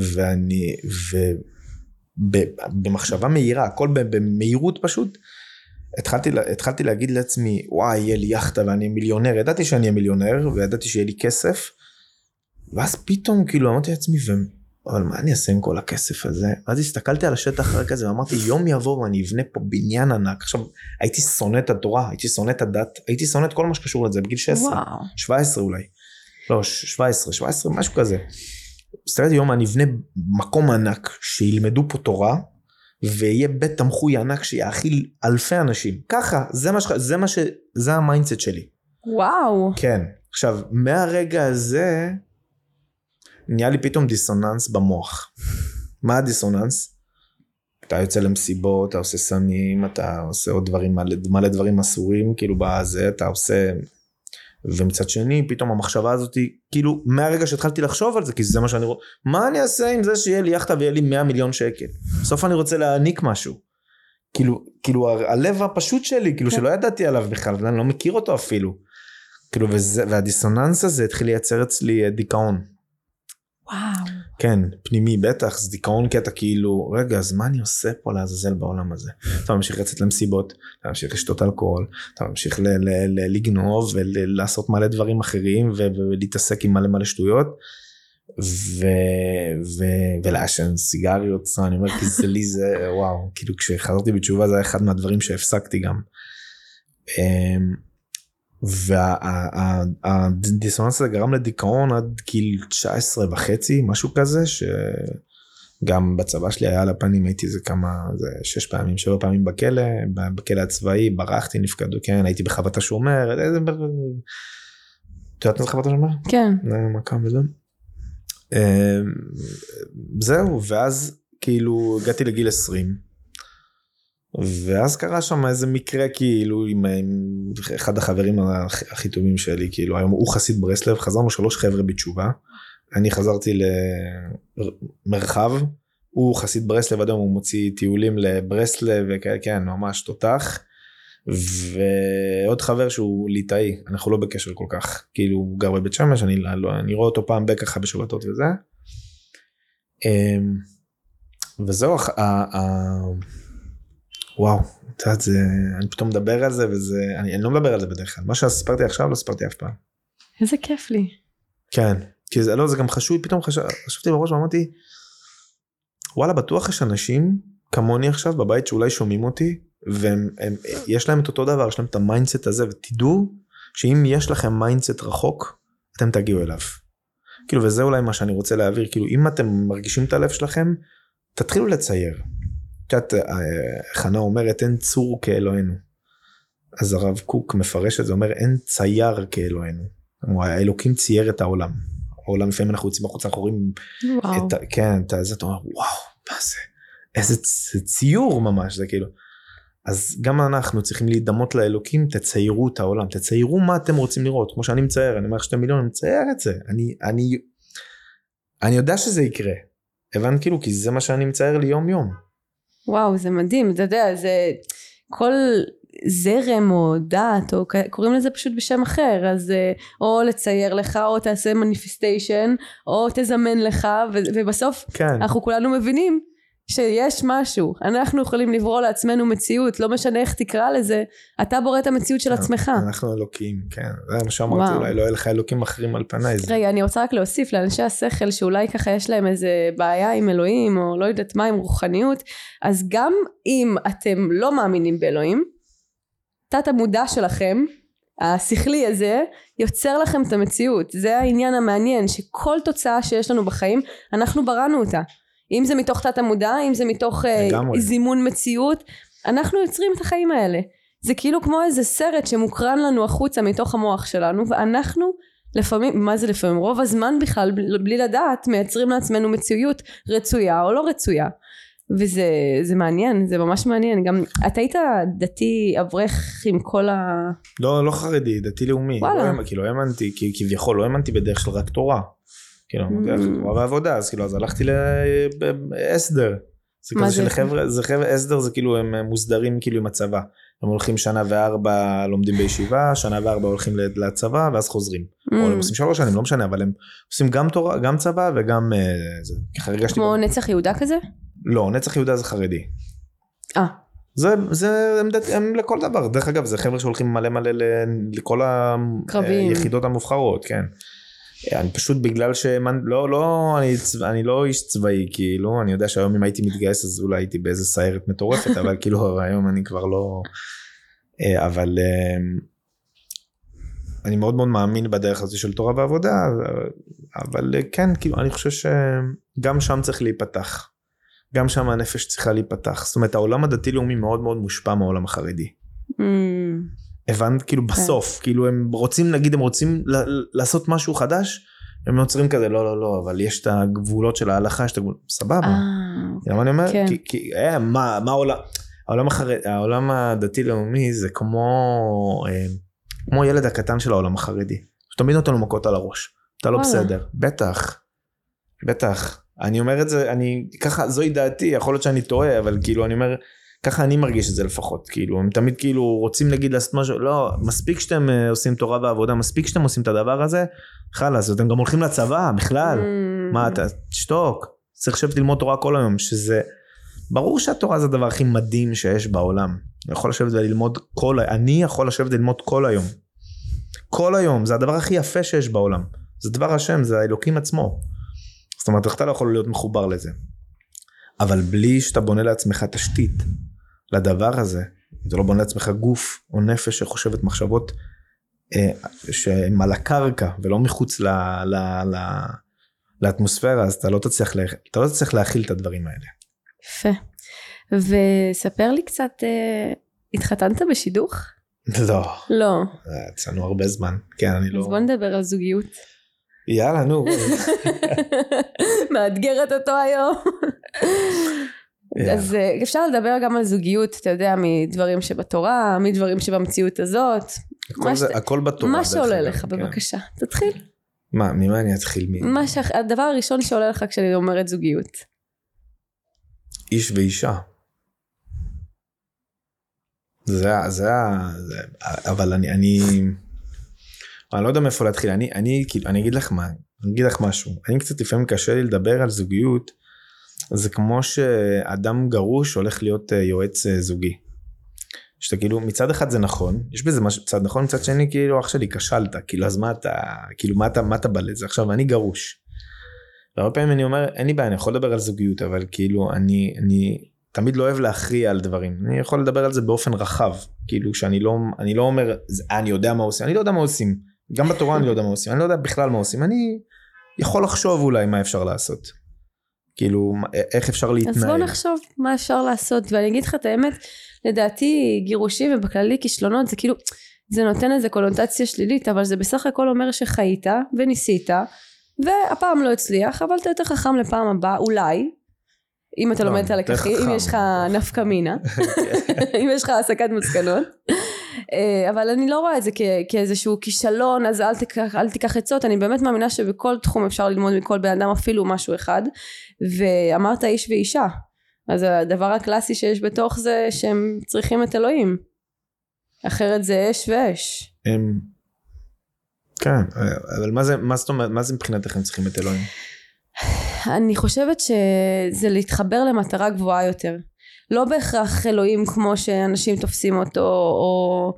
במחשבה מהירה, הכל במהירות פשוט, התחלתי להגיד לעצמי, וואי, יהיה לי יחטה ואני מיליונר, ידעתי שאני אהיה מיליונר, וידעתי שיהיה לי כסף, ואז פתאום כאילו אמרתי לעצמי, אבל מה אני אעשה עם כל הכסף הזה? ואז הסתכלתי על השטח רק הזה, ואמרתי, יום יבוא ואני אבנה פה בניין ענק, עכשיו הייתי שונא את התורה, הייתי שונא את הדת, הייתי שונא את כל מה שקשור לזה, בגיל 16, 17 אולי, לא, 17, משהו כזה. בסתרת יום אני אבנה מקום ענק, שילמדו פה תורה, ויהיה בית תמחוי ענק שיאכיל אלפי אנשים. ככה, זה המיינדסט שלי. וואו. כן. עכשיו, מהרגע הזה, נהיה לי פתאום דיסוננס במוח. מה הדיסוננס? אתה יוצא למסיבות, אתה עושה סמים, אתה עושה עוד דברים, מלא דברים אסורים, כאילו בזה, אתה עושה... ומצד שני, פתאום המחשבה הזאת, כאילו, מהרגע שהתחלתי לחשוב על זה, כי זה מה שאני רוצה, מה אני אעשה עם זה שיהיה לי יחטה ויהיה לי 100 מיליון שקל? בסוף אני רוצה להעניק משהו. כאילו, הלב הפשוט שלי, כאילו, שלא ידעתי עליו בכלל, ואני לא מכיר אותו אפילו. כאילו, והדיסוננס הזה התחיל לייצר אצלי דיכאון. וואו. כן, פנימי, בטח, זה דיכאון קטע, כאילו, רגע, אז מה אני עושה פה לעזאזל בעולם הזה? אתה ממשיך לצאת למסיבות, אתה ממשיך לשתות אלכוהול, אתה ממשיך לגנוב ולעשות מלא דברים אחרים, ולהתעסק עם מלא שטויות, ולעשן סיגריות, אני אומר, כי זה לי זה, וואו, כאילו, כשחזרתי בתשובה, זה היה אחד מהדברים שהפסקתי גם. והדיסוננס הזה גרם לדיכאון עד גיל 19 וחצי, משהו כזה, שגם בצבא שלי היה על הפנים, הייתי זה כמה, זה 6 פעמים, 7 פעמים בכלא הצבאי, ברחתי, נפקדו, כן, הייתי בחוות השומר, את יודעת מה זה חוות השומר? כן. מקם וזה. זהו, ואז כאילו הגעתי לגיל 20, ואז קרה שם איזה מקרה כאילו עם אחד החברים הכי טובים שלי, כאילו היום הוא חסיד ברסלב, חזרנו 3 חבר'ה בתשובה, אני חזרתי למרחב, הוא חסיד ברסלב, עד היום הוא מוציא טיולים לברסלב וכאלה, כן, ממש תותח, ועוד חבר שהוא ליטאי, אנחנו לא בקשר כל כך, כאילו הוא גר בבית שמש, אני רואה אותו פעם ככה בשבתות וזה, וזהו, וואו, את יודעת, אני פתאום מדבר על זה, אני לא מדבר על זה בדרך כלל, מה שסיפרתי עכשיו לא סיפרתי אף פעם. איזה כיף לי. כן, כי זה גם חשוב, פתאום חשבתי בראש ואמרתי, וואלה, בטוח יש אנשים כמוני עכשיו בבית שאולי שומעים אותי, ויש להם את אותו דבר, יש להם את המיינדסט הזה, ותדעו שאם יש לכם מיינדסט רחוק, אתם תגיעו אליו. כאילו, וזה אולי מה שאני רוצה להעביר, כאילו, אם אתם מרגישים את הלב שלכם, תתחילו לצייר. חנה אומרת, אין צור כאלוהינו. אז הרב קוק מפרש את זה, אומר, אין צייר כאלוהינו. האלוקים צייר את העולם. העולם לפעמים אנחנו יוצאים בחוץ, אנחנו רואים, כן, זה, אתה אומר, וואו, מה זה? איזה ציור ממש, זה כאילו. אז גם אנחנו צריכים להידמות לאלוקים, תציירו את העולם, תציירו מה אתם רוצים לראות, כמו שאני מצייר, אני אומר 2 מיליון, אני מצייר את זה, אני יודע שזה יקרה, הבנת כאילו, כי זה מה שאני מצייר לי יום יום. וואו, זה מדהים, אתה יודע, זה כל זרם או דת, או קוראים לזה פשוט בשם אחר, אז או לצייר לך, או תעשה מניפיסטיישן, או תזמן לך, ובסוף כן. אנחנו כולנו מבינים, שיש משהו, אנחנו יכולים לברוא לעצמנו מציאות, לא משנה איך תקרא לזה, אתה בורא את המציאות של עצמך. אנחנו אלוקים, כן, זה מה שאמרתי, אולי לא יהיה לך אלוקים אחרים על פניי. רגע, אני רוצה רק להוסיף לאנשי השכל, שאולי ככה יש להם איזה בעיה עם אלוהים, או לא יודעת מה עם רוחניות, אז גם אם אתם לא מאמינים באלוהים, תת המודע שלכם, השכלי הזה, יוצר לכם את המציאות, זה העניין המעניין, שכל תוצאה שיש לנו בחיים, אנחנו בראנו אותה. אם זה מתוך תת המודע, אם זה מתוך זימון מציאות, אנחנו יוצרים את החיים האלה. זה כאילו כמו איזה סרט שמוקרן לנו החוצה מתוך המוח שלנו, ואנחנו לפעמים, מה זה לפעמים? רוב הזמן בכלל, בלי לדעת, מייצרים לעצמנו מציאות רצויה או לא רצויה. וזה מעניין, זה ממש מעניין. גם, אתה היית דתי אברך עם כל ה... לא חרדי, דתי לאומי. כי לא האמנתי, כי כביכול לא האמנתי בדרך של רק תורה. כאילו, תורה ועבודה, אז כאילו, אז הלכתי להסדר. מה זה? זה חבר'ה, הסדר זה כאילו, הם מוסדרים כאילו עם הצבא. הם הולכים 1 ו4 לומדים בישיבה, 1 ו4 הולכים לצבא, ואז חוזרים. או הם עושים 3 שנים, לא משנה, אבל הם עושים גם תורה, גם צבא, וגם זה. כמו נצח יהודה כזה? לא, נצח יהודה זה חרדי. הם לכל דבר. דרך אגב, זה חבר'ה שהולכים מלא לכל היחידות המובחרות, כן. אני פשוט בגלל אני לא איש צבאי, כאילו, אני יודע שהיום אם הייתי מתגייס, אז אולי הייתי באיזה סיירת מטורפת, אבל כאילו היום אני כבר לא, אבל אני מאוד מאוד מאמין בדרך הזו של תורה ועבודה, אבל כן, כאילו, אני חושב שגם שם צריך להיפתח. גם שם הנפש צריכה להיפתח. זאת אומרת, העולם הדתי-לאומי מאוד מאוד מושפע מהעולם החרדי. הבנת? כאילו בסוף, כאילו הם רוצים, נגיד, הם רוצים לעשות משהו חדש, הם נוצרים כזה, לא, אבל יש את הגבולות של ההלכה, יש את הגבולות, סבבה. למה אני אומר? כי מה העולם הדתי-לאומי זה כמו ילד הקטן של העולם החרדי. תמיד נותן לו מכות על הראש. אתה לא בסדר. בטח. אני אומר את זה, ככה, זוהי דעתי, יכול להיות שאני טועה, אבל כאילו אני אומר, ככה אני מרגיש את זה לפחות, כאילו, הם תמיד כאילו רוצים להגיד לעשות משהו, לא, מספיק שאתם עושים תורה ועבודה, מספיק שאתם עושים את הדבר הזה, חלאס, אתם גם הולכים לצבא, בכלל, מה אתה, תשתוק, צריך לשבת ללמוד תורה כל היום, שזה, ברור שהתורה זה הדבר הכי מדהים שיש בעולם, אני יכול לשבת וללמוד אני יכול לשבת ללמוד כל היום, זה הדבר הכי יפה שיש בעולם, זה דבר השם, זה האלוקים עצמו, זאת אומרת, אתה לא יכול להיות מחובר לזה, אבל בלי שאתה בונה לעצמך תשתית לדבר הזה, אתה לא בונה לעצמך גוף או נפש שחושבת מחשבות שהן על הקרקע ולא מחוץ לאטמוספירה, אז אתה לא תצליח להכיל את הדברים האלה. יפה. וספר לי קצת, התחתנת בשידוך? לא. יצאנו הרבה זמן. כן, אני לא... אז בוא נדבר על זוגיות. יאללה, נו. מאתגרת אותו היום. אז אפשר לדבר גם על זוגיות, אתה יודע, מדברים שבתורה, מדברים שבמציאות הזאת. הכל בתורה. מה שעולה לך, בבקשה. תתחיל. ממה אני אתחיל? הדבר הראשון שעולה לך כשאני אומרת זוגיות. איש ואישה. אבל אני לא יודע מאיפה להתחיל, אני אגיד לך משהו, אני קצת לפעמים קשה לי לדבר על זוגיות, זה כמו שאדם גרוש הולך להיות יועץ זוגי, שאתה כאילו מצד אחד זה נכון, יש בזה משהו צד נכון, מצד שני כאילו אח שלי כשלת, כאילו אז מה אתה בא לזה, עכשיו אני גרוש, והרבה פעמים אני אומר אין לי בעיה, אני יכול לדבר על זוגיות, אבל כאילו אני תמיד לא אוהב להכריע על דברים, אני יכול לדבר על זה באופן רחב, כאילו שאני לא אומר אני יודע מה עושים, אני לא יודע מה עושים, גם בתורה אני לא יודע מה עושים, אני לא יודע בכלל מה עושים, אני יכול לחשוב אולי מה אפשר לעשות, כאילו איך אפשר להתנהל. אז בוא נחשוב מה אפשר לעשות, ואני אגיד לך את האמת, לדעתי גירושים ובכללי כישלונות זה כאילו, זה נותן איזה קונוטציה שלילית, אבל זה בסך הכל אומר שחיית וניסית, והפעם לא הצליח, אבל אתה יותר חכם לפעם הבאה, אולי, אם אתה לומד את הלקחים, אם יש לך נפקא מינה, אם יש לך הסקת מסקנות, אבל אני לא רואה את זה כאיזשהו כישלון, אז אל תיקח עצות, אני באמת מאמינה שבכל תחום אפשר ללמוד מכל בן אדם אפילו משהו אחד, ואמרת איש ואישה, אז הדבר הקלאסי שיש בתוך זה שהם צריכים את אלוהים, אחרת זה אש ואש. כן, אבל מה זה מבחינתך הם צריכים את אלוהים? אני חושבת שזה להתחבר למטרה גבוהה יותר, לא בהכרח אלוהים כמו שאנשים תופסים אותו, או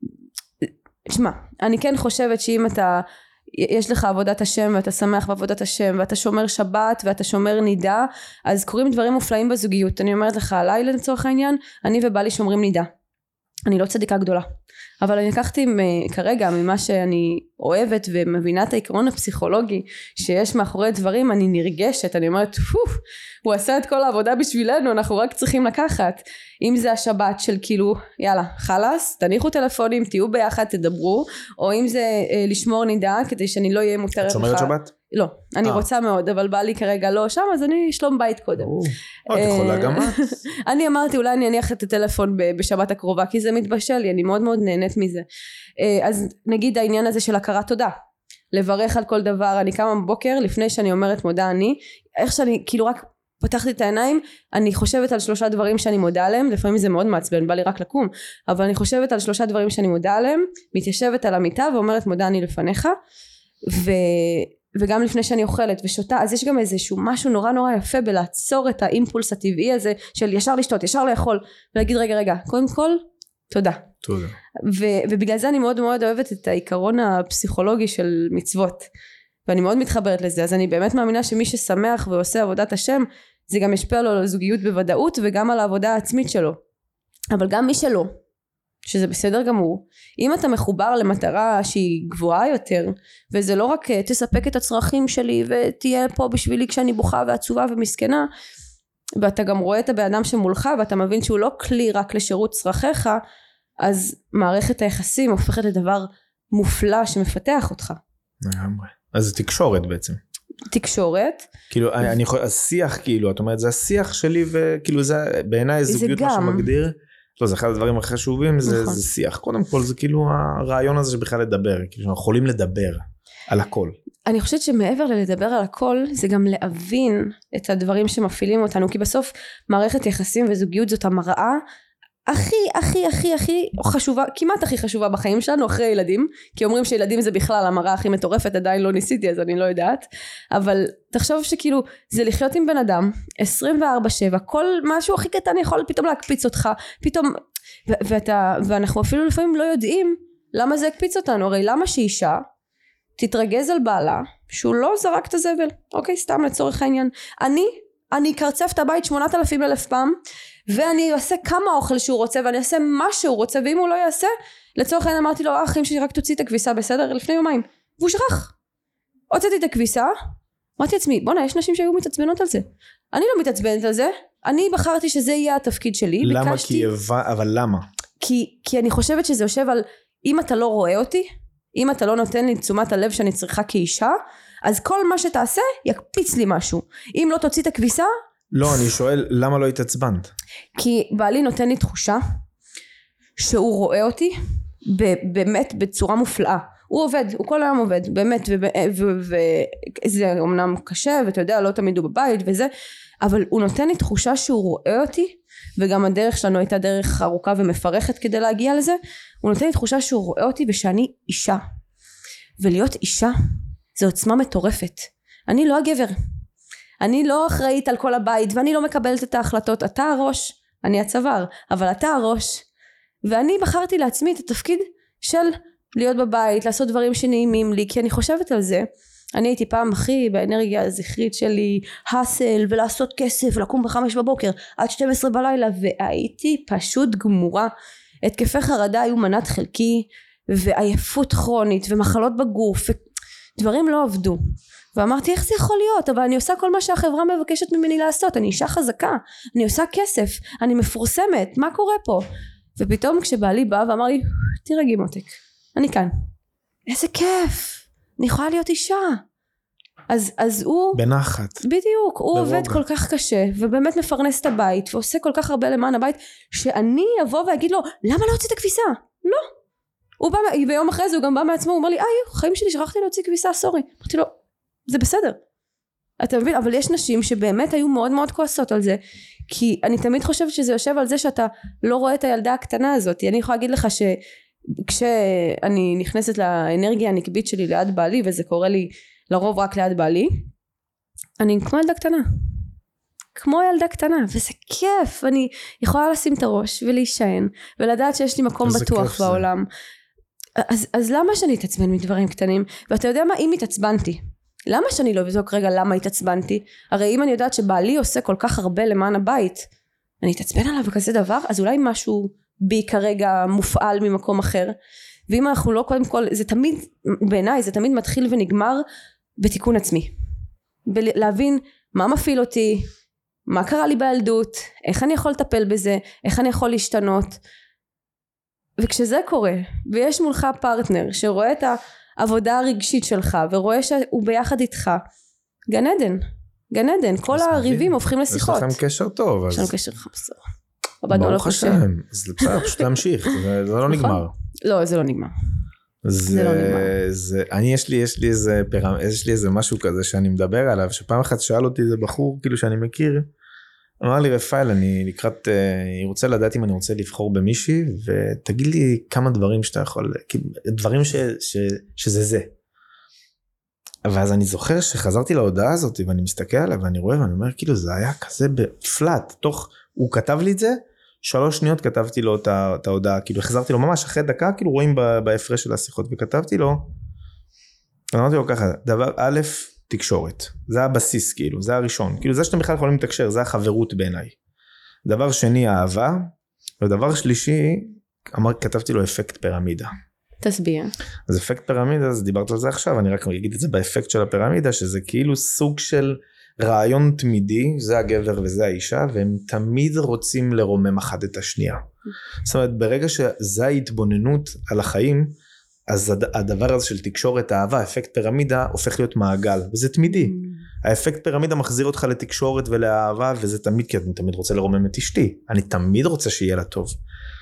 תשמע, אני כן חושבת שאם יש לך עבודת השם ואתה שמח בעבודת השם ואתה שומר שבת ואתה שומר נידה, אז קורים דברים מופלאים בזוגיות. אני אומרת לך, הלילה לצורך העניין, אני ובעלי שומרים נידה, אני לא צדיקה גדולה, אבל אני לקחתי כרגע ממה שאני אוהבת ומבינה את העיקרון הפסיכולוגי שיש מאחורי דברים, אני נרגשת, אני אומרת הוא עשה את כל העבודה בשבילנו, אנחנו רק צריכים לקחת. אם זה השבת של כאילו יאללה חלאס, תניחו טלפונים, תהיו ביחד, תדברו, או אם זה לשמור נידה כדי שאני לא אהיה מותרת לך. את שומרת שבת? לא, אני רוצה מאוד, אבל בא לי כרגע לא שם, אז אני שלום בית קודם. את יכולה גם את. אני אמרתי אולי אני אניח את הטלפון בשבת הקרובה, כי זה מתבשל לי, אני מאוד מאוד נהנית מזה. אז נגיד העניין הזה של הכרת תודה, לברך על כל דבר, אני קמה בבוקר לפני שאני אומרת מודה אני, איך שאני כאילו רק פתחתי את העיניים, אני חושבת על 3 דברים שאני מודה עליהם, לפעמים זה מאוד מעצבן, בא לי רק לקום, אבל אני חושבת על 3 דברים שאני מודה עליהם, מתיישבת על המיטה ואומרת מודה אני לפניך, וגם לפני שאני אוכלת ושותה, אז יש גם איזשהו משהו נורא נורא יפה בלעצור את האימפולס הטבעי הזה של ישר לשתות, ישר לאכול, ולהגיד רגע, קודם כל, תודה. תודה. ובגלל זה אני מאוד מאוד אוהבת את העיקרון הפסיכולוגי של מצוות, ואני מאוד מתחברת לזה, אז אני באמת מאמינה שמי ששמח ועושה עבודת השם, זה גם ישפיע לו על הזוגיות בוודאות, וגם על העבודה העצמית שלו. אבל גם מי שלא, שזה בסדר גמור. אם אתה מחובר למטרה שהיא גבוהה יותר, וזה לא רק תספק את הצרכים שלי ותהיה פה בשבילי כשאני בוכה ועצובה ומסכנה, ואתה גם רואה את הבן אדם שמולך ואתה מבין שהוא לא כלי רק לשירות צרכיך, אז מערכת היחסים הופכת לדבר מופלא שמפתח אותך. לגמרי. אז זה תקשורת בעצם. תקשורת. כאילו, אני יכול, השיח כאילו, את אומרת, זה השיח שלי, וכאילו זה, בעיניי זוגיות מה שמגדיר, לא, זה אחד הדברים החשובים, זה שיח. קודם כל, זה כאילו הרעיון הזה שבכלל לדבר, כאילו, אנחנו יכולים לדבר על הכל. אני חושבת שמעבר ללדבר על הכל, זה גם להבין את הדברים שמפעילים אותנו, כי בסוף מערכת יחסים וזוגיות זאת המראה, הכי חשובה, כמעט הכי חשובה בחיים שלנו אחרי ילדים, כי אומרים שילדים זה בכלל המראה הכי מטורפת, עדיין לא ניסיתי אז אני לא יודעת, אבל תחשוב שכאילו זה לחיות עם בן אדם 24/7, כל משהו הכי קטן יכול פתאום להקפיץ אותך, פתאום, ואנחנו אפילו לפעמים לא יודעים למה זה הקפיץ אותנו, הרי למה שאישה תתרגז על בעלה שהוא לא זרק את הזבל, אוקיי, סתם לצורך העניין, אני אקרצף את הבית 8,000 פעם, ואני אעשה כמה אוכל שהוא רוצה, ואני אעשה מה שהוא רוצה, ואם הוא לא יעשה, לצורך העניין אמרתי לו, אחים שלי רק תוציא את הכביסה, בסדר? לפני יומיים, והוא שכח. הוצאתי את הכביסה, אמרתי לעצמי, בוא'נה, יש נשים שהיו מתעצבנות על זה. אני לא מתעצבנת על זה, אני בחרתי שזה יהיה התפקיד שלי. למה? אבל למה? כי אני חושבת שזה יושב על, אם אתה לא רואה אותי, אם אתה לא נותן לי תשומת הלב שאני צריכה כאישה, אז כל מה שתעשה יקפיץ לי משהו. אם לא תוציא את הכביסה, לא, אני שואל, למה לא התעצבנת? כי בעלי נותן לי תחושה שהוא רואה אותי באמת בצורה מופלאה. הוא עובד, הוא כל היום עובד, באמת, וזה אמנם קשה, ואתה יודע, לא תמיד הוא בבית וזה, אבל הוא נותן לי תחושה שהוא רואה אותי, וגם הדרך שלנו הייתה דרך ארוכה ומפרכת כדי להגיע לזה, הוא נותן לי תחושה שהוא רואה אותי ושאני אישה. ולהיות אישה זה עוצמה מטורפת. אני לא הגבר. אני לא אחראית על כל הבית, ואני לא מקבלת את ההחלטות. אתה הראש, אני הצוואר, אבל אתה הראש. ואני בחרתי לעצמי את התפקיד של להיות בבית, לעשות דברים שנעימים לי, כי אני חושבת על זה. אני הייתי פעם הכי באנרגיה הזכרית שלי, הסל ולעשות כסף, לקום ב5 בבוקר, עד 12 בלילה, והייתי פשוט גמורה. התקפי חרדה היו מנת חלקי, ועייפות כרונית, ומחלות בגוף, ודברים לא עבדו. ואמרתי, איך זה יכול להיות? אבל אני עושה כל מה שהחברה מבקשת ממני לעשות, אני אישה חזקה, אני עושה כסף, אני מפורסמת, מה קורה פה? ופתאום כשבעלי בא ואמר לי, תירגעי מותק, אני כאן. איזה כיף, אני יכולה להיות אישה. אז הוא... בנחת. בדיוק, הוא עובד כל כך קשה, ובאמת מפרנס את הבית, ועושה כל כך הרבה למען הבית, שאני אבוא ואגיד לו, למה לא הוציא את הכביסה? לא. הוא בא, ביום אחרי זה הוא גם בא מעצמו, הוא אומר לי, חיים שלי שכחתי להוציא כביסה, סורי. אמרתי לו, זה בסדר. אתה מבין? אבל יש נשים שבאמת היו מאוד מאוד כועסות על זה, כי אני תמיד חושבת שזה יושב על זה שאתה לא רואה את הילדה הקטנה הזאת. אני יכולה להגיד לך שכשאני נכנסת לאנרגיה הנקבית שלי ליד בעלי, וזה קורה לי לרוב רק ליד בעלי, אני כמו ילדה קטנה. כמו ילדה קטנה, וזה כיף. אני יכולה לשים את הראש ולהישען, ולדעת שיש לי מקום בטוח בעולם. אז למה שאני אתעצבן מדברים קטנים? ואתה יודע מה? אם התעצבנתי, למה שאני לא אבדוק רגע למה התעצבנתי? הרי אם אני יודעת שבעלי עושה כל כך הרבה למען הבית, אני אתעצבן עליו בכזה דבר, אז אולי משהו בי כרגע מופעל ממקום אחר. ואם אנחנו לא, קודם כל, זה תמיד, בעיניי זה תמיד מתחיל ונגמר בתיקון עצמי. להבין מה מפעיל אותי, מה קרה לי בילדות, איך אני יכול לטפל בזה, איך אני יכול להשתנות. וכשזה קורה, ויש מולך פרטנר שרואה את העבודה הרגשית שלך, ורואה שהוא ביחד איתך, גן עדן, גן עדן, כל הריבים הופכים לשיחות. יש לכם קשר טוב. יש לנו קשר חמסור. ברוך השם, אז בסדר, פשוט להמשיך, זה לא נגמר. לא, זה לא נגמר. יש לי איזה משהו כזה שאני מדבר עליו, שפעם אחת שאל אותי איזה בחור, כאילו שאני מכיר, אמר לי, רפאל, אני רוצה לדעת אם אני רוצה לבחור במישהי, ותגיד לי כמה דברים שאתה יכול, דברים שזה זה. ואז אני זוכר שחזרתי להודעה הזאת, ואני מסתכל עליה, ואני רואה, ואני אומר, כאילו, זה היה כזה בפלט, הוא כתב לי את זה, 3 שניות כתבתי לו את ההודעה, כאילו, החזרתי לו ממש אחרי דקה, כאילו, רואים בהפרש של השיחות, וכתבתי לו, אמרתי לו ככה, דבר א', תקשורת, זה הבסיס, כאילו, זה הראשון, כאילו, זה שאתם בכלל יכולים לתקשר, זה החברות בעיניי. דבר שני, אהבה, ודבר שלישי, כתבתי לו אפקט פירמידה. תסביר. אז אפקט פירמידה, אז דיברת על זה עכשיו, אני רק אגיד את זה באפקט של הפירמידה, שזה כאילו סוג של רעיון תמידי, זה הגבר וזה האישה, והם תמיד רוצים לרומם אחד את השנייה. זאת אומרת, ברגע שזה ההתבוננות על החיים, אז הדבר הזה של תקשורת אהבה, אפקט פירמידה, הופך להיות מעגל, וזה תמידי. האפקט פירמידה מחזיר אותך לתקשורת ולאהבה, וזה תמיד, כי אני תמיד רוצה לרומם את אשתי, אני תמיד רוצה שיהיה לה טוב.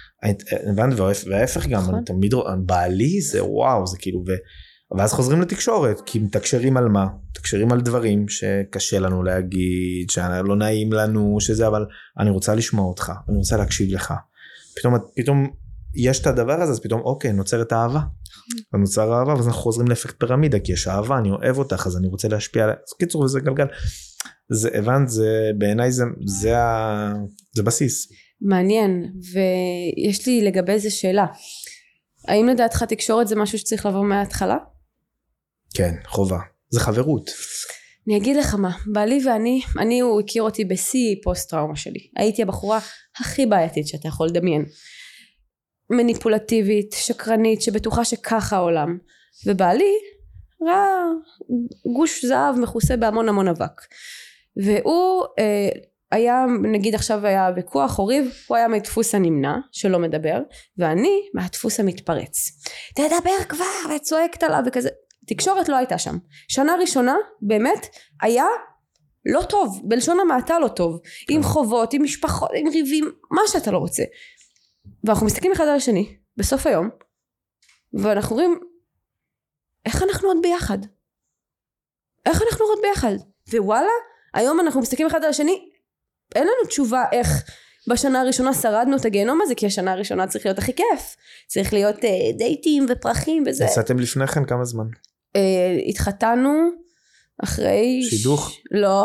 וההפך גם, אני תמיד, בעלי זה וואו, זה כאילו, ואז חוזרים לתקשורת, כי מתקשרים על מה? מתקשרים על דברים שקשה לנו להגיד, שלא נעים לנו, שזה, אבל אני רוצה לשמוע אותך, אני רוצה להקשיב לך. פתאום יש את הדבר הזה, אז פתאום אוקיי, נוצרת אהבה. נוצר אהבה, ואז אנחנו חוזרים לאפקט פירמידה, כי יש אהבה, אני אוהב אותך, אז אני רוצה להשפיע עליה. אז קיצור, וזה גלגל. זה, הבנת, זה, בעיניי זה בסיס. מעניין, ויש לי לגבי זה שאלה. האם לדעתך תקשורת זה משהו שצריך לבוא מההתחלה? כן, חובה. זה חברות. אני אגיד לך מה, בעלי ואני, הוא הכיר אותי בשיא פוסט טראומה שלי. הייתי הבחורה הכי בעייתית שאתה יכול לדמיין. מניפולטיבית, שקרנית, שבטוחה שככה העולם. ובעלי ראה גוש זהב מכוסה בהמון המון אבק. והוא היה, נגיד עכשיו היה ויכוח או ריב, הוא היה מדפוס הנמנע שלא מדבר, ואני מהדפוס המתפרץ. תדבר כבר, וצועקת עליו וכזה. תקשורת לא הייתה שם. שנה ראשונה באמת היה לא טוב, בלשון המעטה לא טוב. עם חובות, עם משפחות, עם ריבים, מה שאתה לא רוצה. ואנחנו מסתכלים אחד על השני בסוף היום, ואנחנו רואים איך אנחנו עוד ביחד. איך אנחנו עוד ביחד. ווואלה, היום אנחנו מסתכלים אחד על השני, אין לנו תשובה איך בשנה הראשונה שרדנו את הגיהנום הזה, כי השנה הראשונה צריך להיות הכי כיף. צריך להיות דייטים ופרחים וזה. יצאתם לפני כן כמה זמן? התחתנו אחרי... שידוך? לא.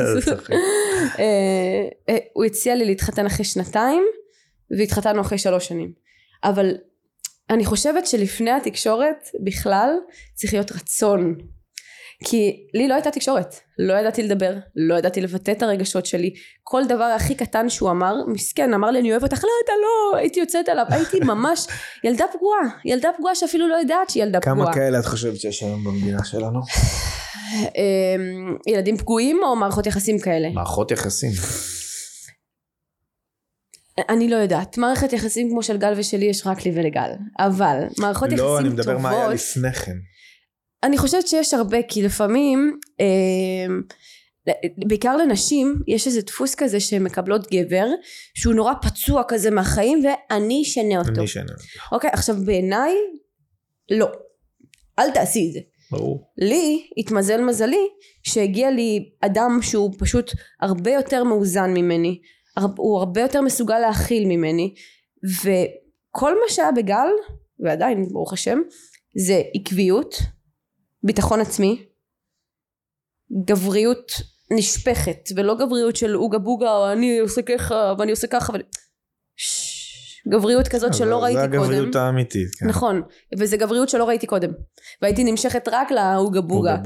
הוא הציע לי להתחתן אחרי 2 והתחתנו אחרי 3 שנים. אבל אני חושבת שלפני התקשורת בכלל צריך להיות רצון. כי לי לא הייתה תקשורת, לא ידעתי לדבר, לא ידעתי לבטא את הרגשות שלי. כל דבר הכי קטן שהוא אמר, מסכן, אמר לי אני אוהב אותך, לא, אתה לא, הייתי יוצאת עליו, הייתי ממש ילדה פגועה שאפילו לא יודעת שהיא ילדה פגועה. כמה כאלה את חושבת שיש היום במדינה שלנו? ילדים פגועים או מערכות יחסים כאלה? מערכות יחסים. אני לא יודעת, מערכת יחסים כמו של גל ושלי יש רק לי ולגל, אבל מערכות יחסים טובות... לא, אני מדבר מה היה לפני כן. אני חושבת שיש הרבה, כי לפעמים, בעיקר לנשים, יש איזה דפוס כזה שמקבלות גבר, שהוא נורא פצוע כזה מהחיים, ואני אשנה אותו. אני אשנה אותו. אוקיי, עכשיו בעיניי, לא. אל תעשי את זה. ברור. לי, התמזל מזלי, שהגיע לי אדם שהוא פשוט הרבה יותר מאוזן ממני, הוא הרבה יותר מסוגל להכיל ממני, וכל מה שהיה בגל, ועדיין ברוך השם, זה עקביות, ביטחון עצמי, גבריות נשפכת, ולא גבריות של אוגה בוגה, אני עושה ככה ואני עושה ככה, גבריות כזאת שלא ראיתי קודם. זה הגבריות האמיתית. נכון, וזה גבריות שלא ראיתי קודם, והייתי נמשכת רק לאוגה בוגה.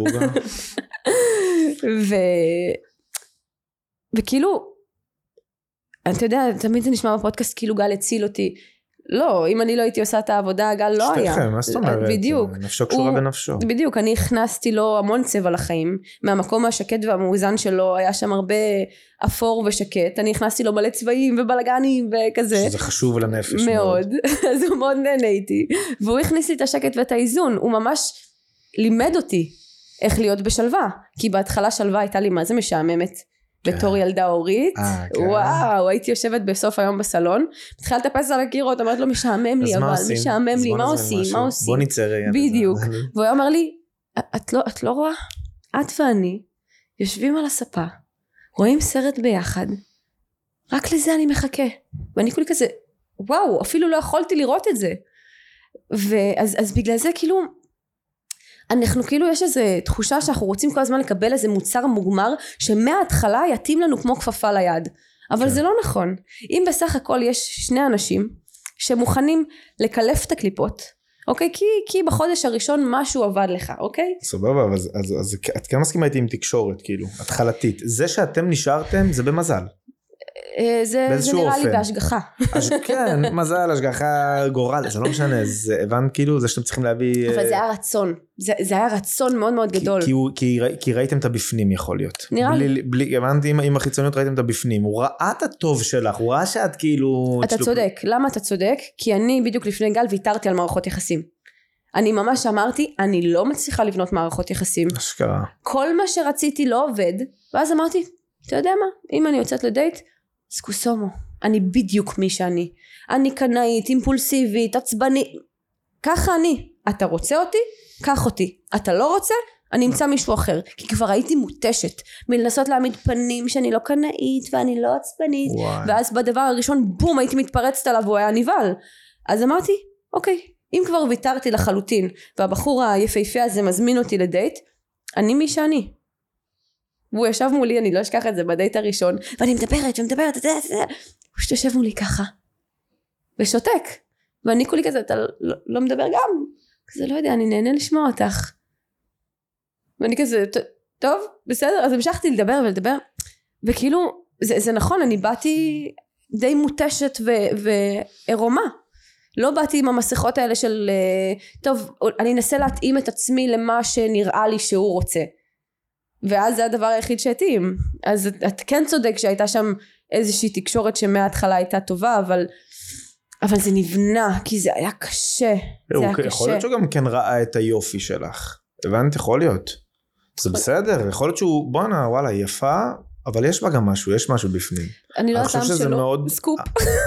וכאילו, אתה יודע, תמיד זה נשמע בפודקאסט כאילו גל הציל אותי, לא, אם אני לא הייתי עושה את העבודה, גל לא היה. שתכם, מה זאת אומרת? בדיוק. נפשו קשורה בנפשו. בדיוק, אני הכנסתי לו המון צבע לחיים, מהמקום השקט והמאוזן שלו, היה שם הרבה אפור ושקט, אני הכנסתי לו מלא צבעים ובלגנים וכזה. שזה חשוב לנפש מאוד. מאוד, אז הוא מאוד נהנה איתי, והוא הכניס לי את השקט ואת האיזון, הוא ממש לימד אותי איך להיות בשלווה, כי בהתחלה שלווה הייתה לי מה זה משעממת. בתור ילדה הורית, וואו, הייתי יושבת בסוף היום בסלון, התחלת לטפס על הקירות, אמרת לו משעמם לי, אבל משעמם לי, מה עושים? בוא נצא רגע. בדיוק, והוא אמר לי, את לא רואה? את ואני יושבים על הספה, רואים סרט ביחד, רק לזה אני מחכה, ואני כולי כזה, וואו, אפילו לא יכולתי לראות את זה, ואז בגלל זה כאילו, אנחנו כאילו יש איזו תחושה שאנחנו רוצים כל הזמן לקבל איזה מוצר מוגמר שמההתחלה יתאים לנו כמו כפפה ליד, אבל זה לא נכון. אם בסך הכל יש 2 אנשים שמוכנים לקלף את הקליפות, אוקיי? כי בחודש הראשון משהו עבד לך, אוקיי? סבבה, אז את כן מסכימה איתי עם תקשורת, כאילו, התחלתית. זה שאתם נשארתם זה במזל. זה נראה לי בהשגחה. כן, מזל, השגחה, גורל, זה לא משנה, זה הבנת כאילו, זה שאתם צריכים להביא... אבל זה היה רצון, זה היה רצון מאוד מאוד גדול. כי ראיתם את הבפנים יכול להיות. נראה לי. הבנתי, עם החיצוניות ראיתם את הבפנים, הוא ראה את הטוב שלך, הוא ראה שאת כאילו... אתה צודק, למה אתה צודק? כי אני בדיוק לפני גל ויתרתי על מערכות יחסים. אני ממש אמרתי, אני לא מצליחה לבנות מערכות יחסים. אשכרה. כל מה שרציתי לא עובד, ואז אמרתי, אתה יודע מה, אם אני יוצאת לדייט, סקוסומו, אני בדיוק מי שאני. אני קנאית, אימפולסיבית, עצבנית, ככה אני. אתה רוצה אותי? קח אותי. אתה לא רוצה? אני אמצא מישהו אחר. כי כבר הייתי מותשת, מלנסות להעמיד פנים שאני לא קנאית, ואני לא עצבנית, ואז בדבר הראשון, בום, הייתי מתפרצת עליו, והוא היה ניבל. אז אמרתי, אוקיי, אם כבר ויתרתי לחלוטין, והבחור היפהפה הזה מזמין אותי לדייט, אני מי שאני. והוא ישב מולי, אני לא אשכח את זה בדייט הראשון, ואני מדברת, הוא שתושב מולי ככה, ושותק, ואני כולי כזה, אתה לא מדבר גם, כזה לא יודע, אני נהנה לשמוע אותך, ואני כזה, טוב, בסדר, אז המשכתי לדבר ולדבר, וכאילו, זה נכון, אני באתי די מותשת ועירומה, לא באתי עם המסכות האלה של, טוב, אני אנסה להתאים את עצמי למה שנראה לי שהוא רוצה, ואז זה הדבר היחיד שהתאים. אז את כן צודק שהייתה שם איזושהי תקשורת שמההתחלה הייתה טובה, אבל זה נבנה, כי זה היה קשה. זה היה קשה. יכול להיות שהוא גם כן ראה את היופי שלך. הבנת, יכול להיות. זה בסדר, יכול להיות שהוא, בואנה, וואלה, יפה, אבל יש בה גם משהו, יש משהו בפנים. אני לא הטעם שלו, סקופ.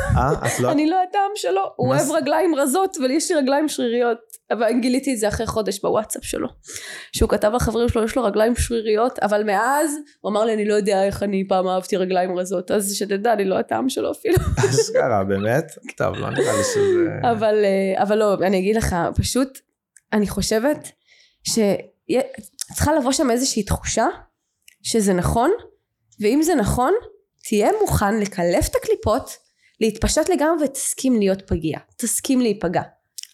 אני לא הטעם שלו, הוא אוהב רגליים רזות, אבל יש לי רגליים שריריות. אבל גיליתי את זה אחרי חודש בוואטסאפ שלו, שהוא כתב לחברים שלו, יש לו רגליים שריריות, אבל מאז הוא אמר לי, אני לא יודע איך אני פעם אהבתי רגליים רזות, אז שתדע, אני לא הטעם שלו אפילו. אשכרה, באמת? טוב, לא נראה לי שזה... אבל לא, אני אגיד לך, פשוט, אני חושבת שצריכה לבוא שם איזושהי תחושה, שזה נכון, ואם זה נכון, תהיה מוכן לקלף את הקליפות, להתפשט לגמרי ותסכים להיות פגיע, תסכים להיפגע.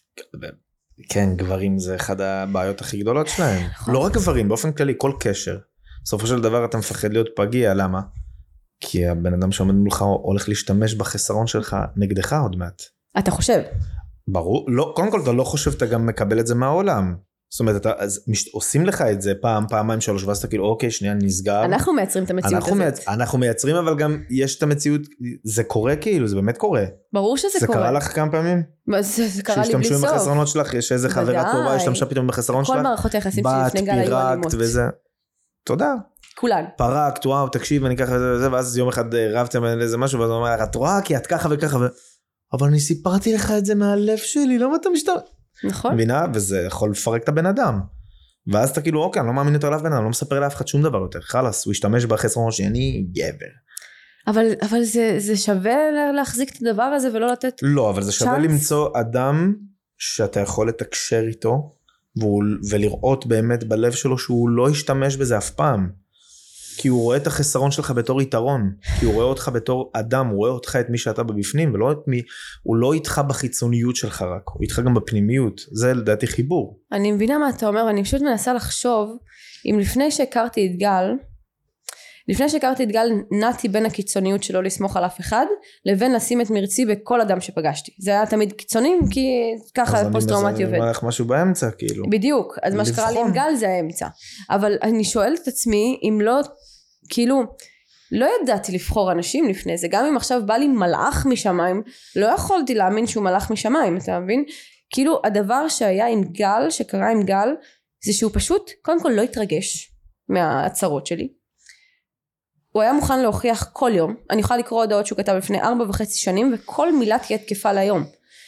כן, גברים זה אחד הבעיות הכי גדולות שלהם. לא רק גברים, באופן כללי, כל קשר. בסופו של דבר אתה מפחד להיות פגיע, למה? כי הבן אדם שעומד מולך הולך להשתמש בחסרון שלך נגדך עוד מעט. אתה חושב? ברור, לא, קודם כל אתה לא חושב, אתה גם מקבל את זה מהעולם. זאת אומרת, עושים לך את זה פעם, פעמיים, שלוש, ואז אתה כאילו, אוקיי, שנייה, נסגר. אנחנו מייצרים את המציאות הזאת. אנחנו מייצרים, אבל גם יש את המציאות, זה קורה כאילו, זה באמת קורה. ברור שזה קורה. זה קרה לך כמה פעמים? זה קרה לי בלי סוף. שהשתמשו עם החסרונות שלך, יש איזה חברה טובה, השתמשה פתאום בחסרון שלך. כל מערכות היחסים שלפני גל היו אלימות. תודה. כולן. פרקת, וואו, תקשיב, אני ככה וזה, ואז יום אחד רבתם על איזה משהו, ואז הוא אומר לך, את רואה, כי את ככה וככה, אבל אני סיפרתי לך את זה מהלב שלי, למה אתה משתמש? נכון. מבינה? וזה יכול לפרק את הבן אדם. ואז אתה כאילו, אוקיי, אני לא מאמין יותר לאף בן אדם, לא מספר לאף אחד שום דבר יותר. חלס, הוא ישתמש בחסרון שאני גבר. אבל זה שווה להחזיק את הדבר הזה ולא לתת צ'אנס? לא, אבל זה שווה למצוא אדם שאתה יכול לתקשר איתו, ולראות באמת בלב שלו שהוא לא ישתמש בזה אף פעם. כי הוא רואה את החסרון שלך בתור יתרון, כי הוא רואה אותך בתור אדם, הוא רואה אותך את מי שאתה בבפנים, ולא את מי, הוא לא איתך בחיצוניות שלך רק, הוא איתך גם בפנימיות, זה לדעתי חיבור. אני מבינה מה אתה אומר, ואני פשוט מנסה לחשוב, אם לפני שהכרתי את גל, נעתי בין הקיצוניות שלא לסמוך על אף אחד, לבין לשים את מרצי בכל אדם שפגשתי. זה היה תמיד קיצונים, כי ככה פוסט-טראומטי עובד. אז אני אומר לך משהו באמצע, כאילו. בדיוק, אז מה שקרה לי עם גל זה האמצע. אבל אני שואלת את עצמי, אם לא, כאילו, לא ידעתי לבחור אנשים לפני זה, גם אם עכשיו בא לי מלאך משמיים, לא יכולתי להאמין שהוא מלאך משמיים, אתה מבין? כאילו, הדבר שהיה עם גל, שקרה עם גל, זה שהוא פשוט, קודם כל לא התרגש מההצהרות שלי. הוא היה מוכן להוכיח כל יום, אני יכולה לקרוא הודעות שהוא כתב לפני 4.5 שנים, וכל מילה תהיה תקפה להיום.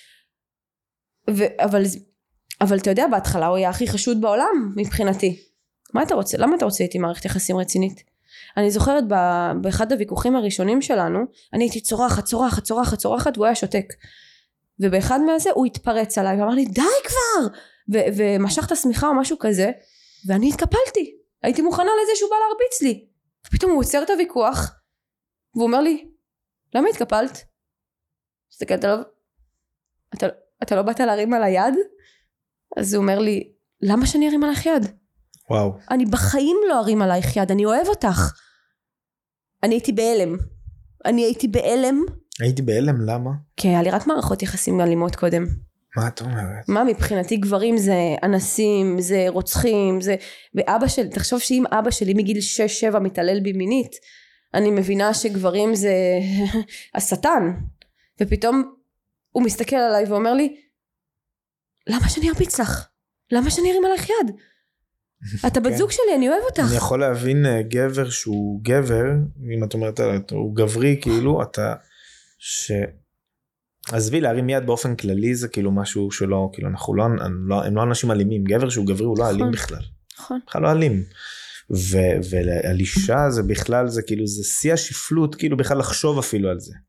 אבל אתה יודע, בהתחלה הוא היה הכי חשוד בעולם מבחינתי. מה אתה רוצה? למה אתה רוצה איתי מערכת יחסים רצינית? אני זוכרת באחד הוויכוחים הראשונים שלנו, אני הייתי צורחת, והוא היה שותק. ובאחד מהזה הוא התפרץ עליי, ואמר לי, די כבר! ומשך את השמיכה או משהו כזה, ואני התקפלתי. הייתי מוכנה לזה שהוא בא להרביץ לי. ופתאום הוא עוצר את הוויכוח, והוא אומר לי, למה התקפלת? הסתכלת עליו, אתה לא באת להרים על היד? אז הוא אומר לי, למה שאני ארים עליך יד? וואו. אני בחיים לא ארים עלייך יד, אני אוהב אותך. אני הייתי בהלם. אני הייתי בהלם. הייתי בהלם, למה? כי היה לי רק מערכות יחסים אלימות קודם. מה את אומרת? מה מבחינתי גברים זה אנסים, זה רוצחים, זה... ואבא שלי, תחשוב שאם אבא שלי מגיל 6-7 מתעלל בי מינית, אני מבינה שגברים זה השטן. ופתאום הוא מסתכל עליי ואומר לי, למה שאני ארביץ לך? למה שאני ארים עליך יד? אתה בת זוג שלי, אני אוהב אותך. אני יכול להבין גבר שהוא גבר, אם את אומרת, הוא גברי, כאילו, אתה... עזבי, להרים יד באופן כללי זה כאילו משהו שלא, כאילו אנחנו הם לא אנשים אלימים, גבר שהוא גברי הוא לא אלים בכלל. נכון. בכלל לא אלים. ועל אישה זה בכלל, זה כאילו, זה שיא השפלות, כאילו בכלל לחשוב אפילו על זה.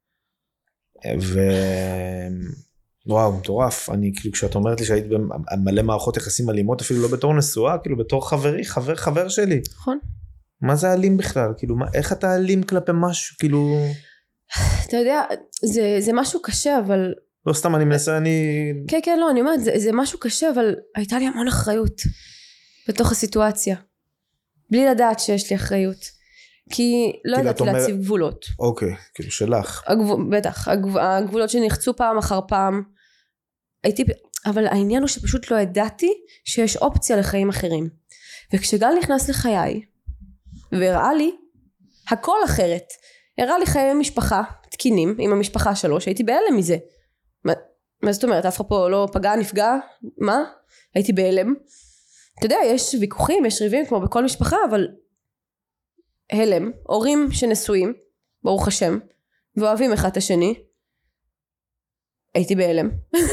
וואו, מטורף. אני כאילו, כשאת אומרת לי שהיית במלא מערכות יחסים אלימות, אפילו לא בתור נשואה, כאילו בתור חברי, חבר שלי. נכון. מה זה אלים בכלל? כאילו, איך אתה אלים כלפי משהו? כאילו... אתה יודע, זה משהו קשה, אבל... לא סתם, אני מנסה, כן, לא, אני אומרת, זה משהו קשה, אבל הייתה לי המון אחריות בתוך הסיטואציה. בלי לדעת שיש לי אחריות. כי לא ידעתי להציב גבולות. אוקיי, כאילו שלך. בטח, הגבולות שנחצו פעם אחר פעם. אבל העניין הוא שפשוט לא ידעתי שיש אופציה לחיים אחרים. וכשגל נכנס לחיי, והראה לי הכל אחרת, הראה לי חיי משפחה תקינים עם המשפחה שלו, שהייתי בהלם מזה. מה זאת אומרת? אף אחד פה לא פגע, נפגע? מה? הייתי בהלם. אתה יודע, יש ויכוחים, יש ריבים כמו בכל משפחה, אבל הלם, הורים שנשואים, ברוך השם, ואוהבים אחד את השני, הייתי בהלם.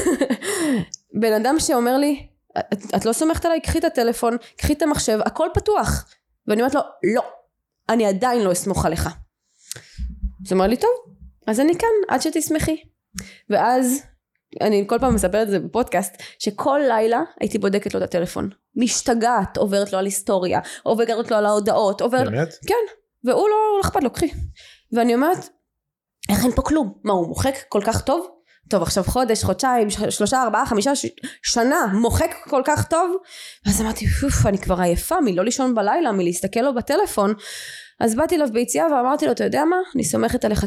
בן אדם שאומר לי, את לא סומכת עליי, קחי את הטלפון, קחי את המחשב, הכל פתוח. ואני אומרת לו, לא, אני עדיין לא אסמוך עליך. זאת אומרת לי, טוב, אז אני כאן, עד שתשמחי. ואז, אני כל פעם מספרת את זה בפודקאסט, שכל לילה הייתי בודקת לו את הטלפון. משתגעת, עוברת לו על היסטוריה, עוברת לו על ההודעות, באמת? כן, והוא לא אכפת לו, קחי. ואני אומרת, איך אין פה כלום? מה, הוא מוחק כל כך טוב? טוב, עכשיו חודש, חודשיים, 3, 4, 5, שנה, מוחק כל כך טוב? ואז אמרתי, אני כבר עייפה מלא לישון בלילה, מלהסתכל לו בטלפון. אז באתי אליו ביציאה ואמרתי לו, אתה יודע מה? אני סומכת עליך 99%,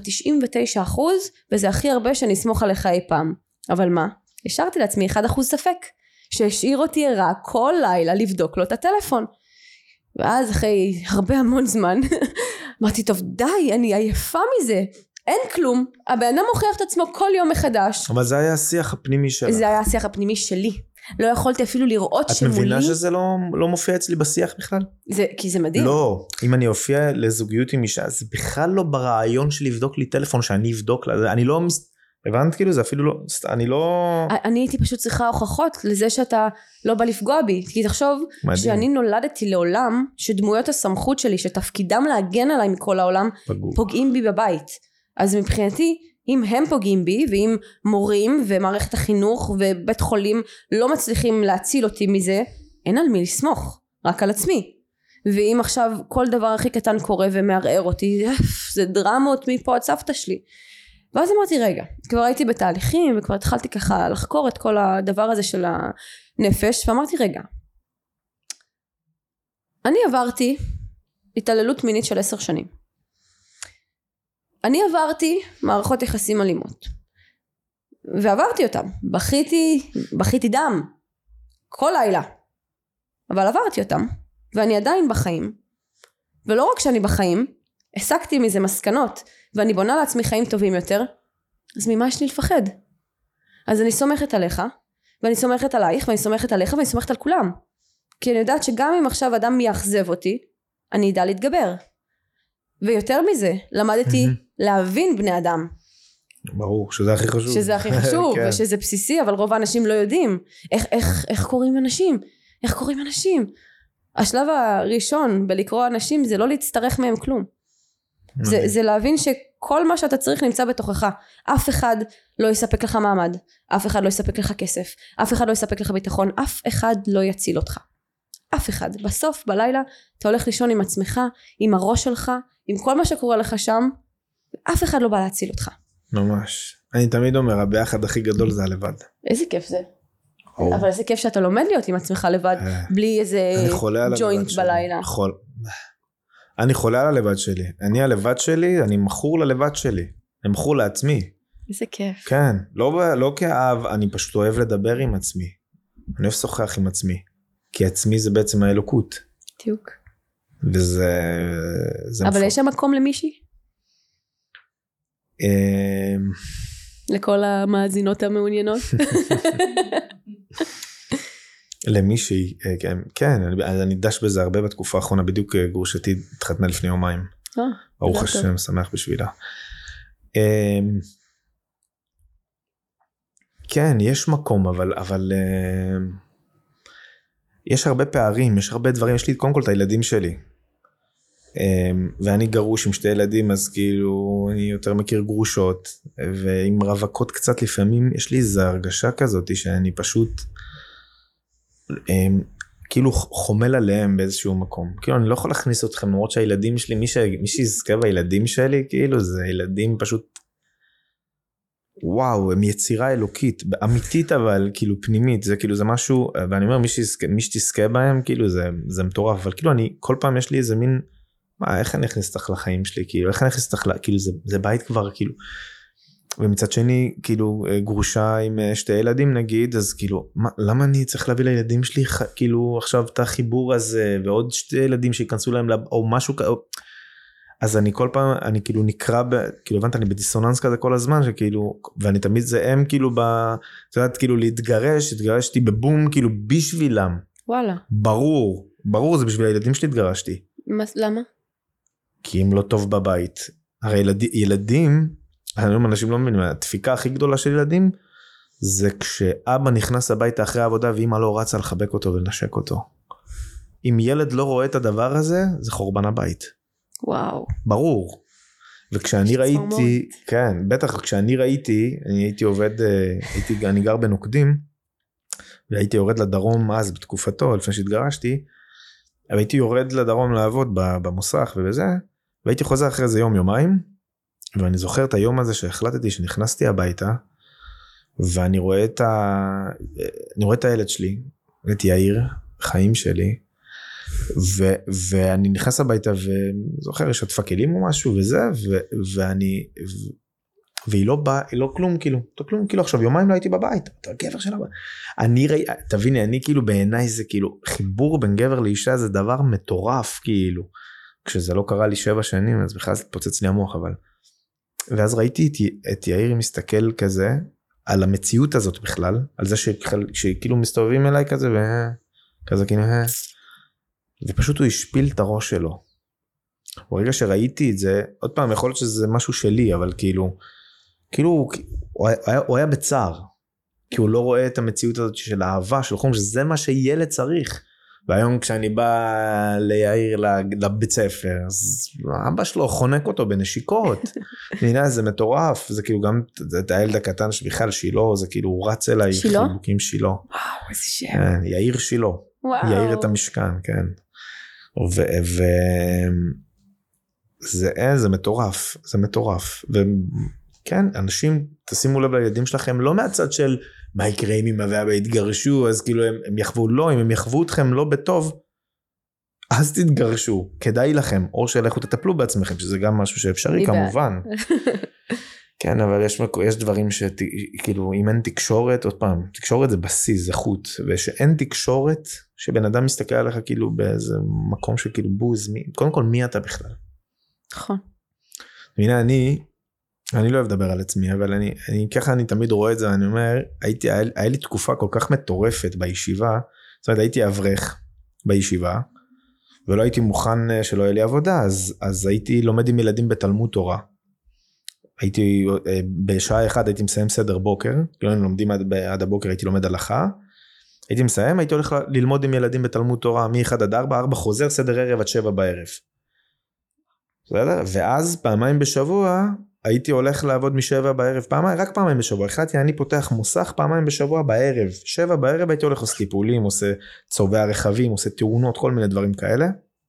וזה הכי הרבה שאני אסמוך עליך אי פעם. אבל מה? השארתי לעצמי 1% ספק, שהשאיר אותי ערה כל לילה לבדוק לו את הטלפון. ואז אחרי הרבה המון זמן, אמרתי, טוב די, אני עייפה מזה. אין כלום, הבן אדם מוכיח את עצמו כל יום מחדש. אבל זה היה השיח הפנימי שלך. זה היה השיח הפנימי שלי. לא יכולתי אפילו לראות שמולי. את מבינה שזה לא מופיע אצלי בשיח בכלל? כי זה מדהים. לא, אם אני אופיע לזוגיות עם אישה, זה בכלל לא ברעיון של לבדוק לי טלפון, שאני אבדוק לה, אני לא... הבנת כאילו, זה אפילו לא... אני הייתי פשוט צריכה הוכחות לזה שאתה לא בא לפגוע בי. כי תחשוב שאני נולדתי לעולם שדמויות הסמכות שלי, שתפקידם להגן עליי מכל העולם, פוגעים בי בבית. אז מבחינתי, אם הם פוגעים בי, ואם מורים ומערכת החינוך ובית חולים לא מצליחים להציל אותי מזה, אין על מי לסמוך, רק על עצמי. ואם עכשיו כל דבר הכי קטן קורה ומערער אותי, זה דרמות מפה עד סבתא שלי. ואז אמרתי, רגע, כבר הייתי בתהליכים וכבר התחלתי ככה לחקור את כל הדבר הזה של הנפש, ואמרתי, רגע, אני עברתי התעללות מינית של 10 שנים. אני עברתי מערכות יחסים אלימות. ועברתי אותם. בכיתי דם. כל לילה. אבל עברתי אותם. ואני עדיין בחיים. ולא רק שאני בחיים, הסקתי מזה מסקנות, ואני בונה לעצמי חיים טובים יותר, אז ממה יש לי לפחד? אז אני סומכת עליך, ואני סומכת עלייך, ואני סומכת עליך, ואני סומכת על כולם. כי אני יודעת שגם אם עכשיו אדם יאכזב אותי, אני אדע להתגבר. ויותר מזה, למדתי להבין בני אדם. ברור, שזה הכי חשוב. שזה הכי חשוב, ושזה בסיסי, אבל רוב האנשים לא יודעים. איך קוראים אנשים? איך קוראים אנשים? השלב הראשון בלקרוא אנשים, זה לא להצטרך מהם כלום. זה להבין שכל מה שאתה צריך נמצא בתוכך. אף אחד לא יספק לך מעמד, אף אחד לא יספק לך כסף, אף אחד לא יספק לך ביטחון, אף אחד לא יציל אותך. אף אחד. בסוף, בלילה, אתה הולך לישון עם עצמך, עם הראש שלך, עם כל מה שקורה לך שם, אף אחד לא בא להציל אותך. ממש. אני תמיד אומר, הביחד הכי גדול זה הלבד. איזה כיף זה. אבל איזה כיף שאתה לומד להיות עם עצמך לבד, בלי איזה ג'וינט בלילה. אני חולה על הלבד שלי. אני הלבד שלי, אני מכור ללבד שלי. אני מכור לעצמי. איזה כיף. כן, לא כאב, אני פשוט אוהב לדבר עם עצמי. אני אוהב לשוחח עם עצמי. כי עצמי זה בעצם האלוקות. בדיוק. וזה... אבל יש שם מקום למישהי? לכל המאזינות המעוניינות? למישהי, כן, אני דש בזה הרבה בתקופה האחרונה, בדיוק גרושתי התחתנה לפני יומיים. ברוך השם, שמח בשבילה. כן, יש מקום, אבל יש הרבה פערים, יש הרבה דברים, יש לי קודם כל את הילדים שלי. ואני גרוש עם 2 ילדים, אז כאילו אני יותר מכיר גרושות, ועם רווקות קצת לפעמים יש לי איזו הרגשה כזאת, שאני פשוט כאילו חומל עליהם באיזשהו מקום. כאילו אני לא יכול להכניס אתכם, למרות שהילדים שלי, מי שיזכה בילדים שלי, כאילו זה ילדים פשוט, וואו, הם יצירה אלוקית, אמיתית אבל כאילו פנימית, זה כאילו זה משהו, ואני אומר מי שתזכה בהם, כאילו זה מטורף, אבל כאילו אני, כל פעם יש לי איזה מין, איך אני אכניס אותך לחיים שלי, כאילו, איך אני אכניס אותך, כאילו, זה בית כבר, כאילו, ומצד שני, כאילו, גרושה עם 2 ילדים, נגיד, אז כאילו, למה אני צריך להביא לילדים שלי, כאילו, עכשיו את החיבור הזה, ועוד 2 ילדים שיכנסו להם, או משהו, אז אני כל פעם, אני כאילו נקרא, כאילו, הבנת, אני בדיסוננס כזה כל הזמן, שכאילו, ואני תמיד זה הם, כאילו, את יודעת, כאילו, התגרשתי בבום, כאילו, בשבילם. וואלה. ברור, זה בשביל הילדים שלי התגרשתי. למה? כי הם לא טוב בבית. הרי ילדים, אנשים לא מבינים, הדפיקה הכי גדולה של ילדים, זה כשאבא נכנס הביתה אחרי העבודה, ואמא לא רצה לחבק אותו ולנשק אותו. אם ילד לא רואה את הדבר הזה, זה חורבן הבית. וואו. ברור. וכשאני ראיתי, כן, בטח כשאני ראיתי, אני הייתי עובד, אני גר בנוקדים, והייתי יורד לדרום אז בתקופתו, לפני שהתגרשתי, הייתי יורד לדרום לעבוד במוסך ובזה, והייתי חוזר אחרי זה יומיים, ואני זוכר את היום הזה שהחלטתי שנכנסתי הביתה, ואני רואה את הילד שלי, את יאיר, חיים שלי, ואני נכנס הביתה וזוכר, יש עטפה כלים או משהו וזה, והיא לא באה, לא כלום כאילו, עכשיו יומיים לא הייתי בבית, אתה גבר שלה, תביני, אני כאילו בעיניי זה כאילו, חיבור בין גבר לאישה זה דבר מטורף כאילו, כשזה לא קרה לי 7 שנים, אז בכלל זה התפוצץ לי המוח, אבל, ואז ראיתי את יאיר מסתכל כזה, על המציאות הזאת בכלל, על זה שכאילו מסתובבים אליי כזה, וכזה כאילו, ופשוט הוא השפיל את הראש שלו, ברגע שראיתי את זה, עוד פעם, יכול להיות שזה משהו שלי, אבל כאילו הוא היה בצער, כי הוא לא רואה את המציאות הזאת של האהבה, של חום, שזה מה שילד צריך. והיום כשאני בא ליאיר לבית ספר, אז אבא שלו חונק אותו בנשיקות. הנה, זה מטורף, זה כאילו גם את הילד הקטן שבכלל שילו, זה כאילו הוא רץ אליי, חיבוקים שילו. וואו, איזה שם. יאיר שילו. יאיר את המשכן, כן. זה מטורף, זה מטורף. וכן, אנשים, תשימו לב לילדים שלכם, לא מהצד של מה יקרה אם אמא ואבא יתגרשו, אז כאילו הם יחוו, לא, אם הם יחוו אתכם לא בטוב, אז תתגרשו, כדאי לכם, או שלכו תטפלו בעצמכם, שזה גם משהו שאפשרי כמובן. כן, אבל יש דברים שכאילו, אם אין תקשורת, עוד פעם, תקשורת זה בסיס, זה חוט, ושאין תקשורת, שבן אדם מסתכל עליך כאילו באיזה מקום שכאילו בוז, קודם כל מי אתה בכלל? נכון. והנה אני לא אוהב לדבר על עצמי, אבל ככה אני תמיד רואה את זה, אני אומר, היה לי תקופה כל כך מטורפת בישיבה, זאת אומרת, הייתי אברך בישיבה, ולא הייתי מוכן שלא יהיה לי עבודה, אז הייתי לומד עם ילדים בתלמוד תורה, הייתי, בשעה 1 הייתי מסיים סדר בוקר, כאילו אני לומדים עד הבוקר, הייתי לומד הלכה, הייתי מסיים, הייתי הולך ללמוד עם ילדים בתלמוד תורה, מ-1 עד 4, 4 חוזר, סדר ערב עד 7 בערב. ואז פעמיים בשבוע, הייתי הולך לעבוד מ7 בערב, רק פעמיים בשבוע, החלטתי, אני פותח מוסך פעמיים בשבוע בערב, 7 בערב הייתי הולך עושה טיפולים, עושה צובע רכבים, עושה תאונות, כל מיני דברים כאלה,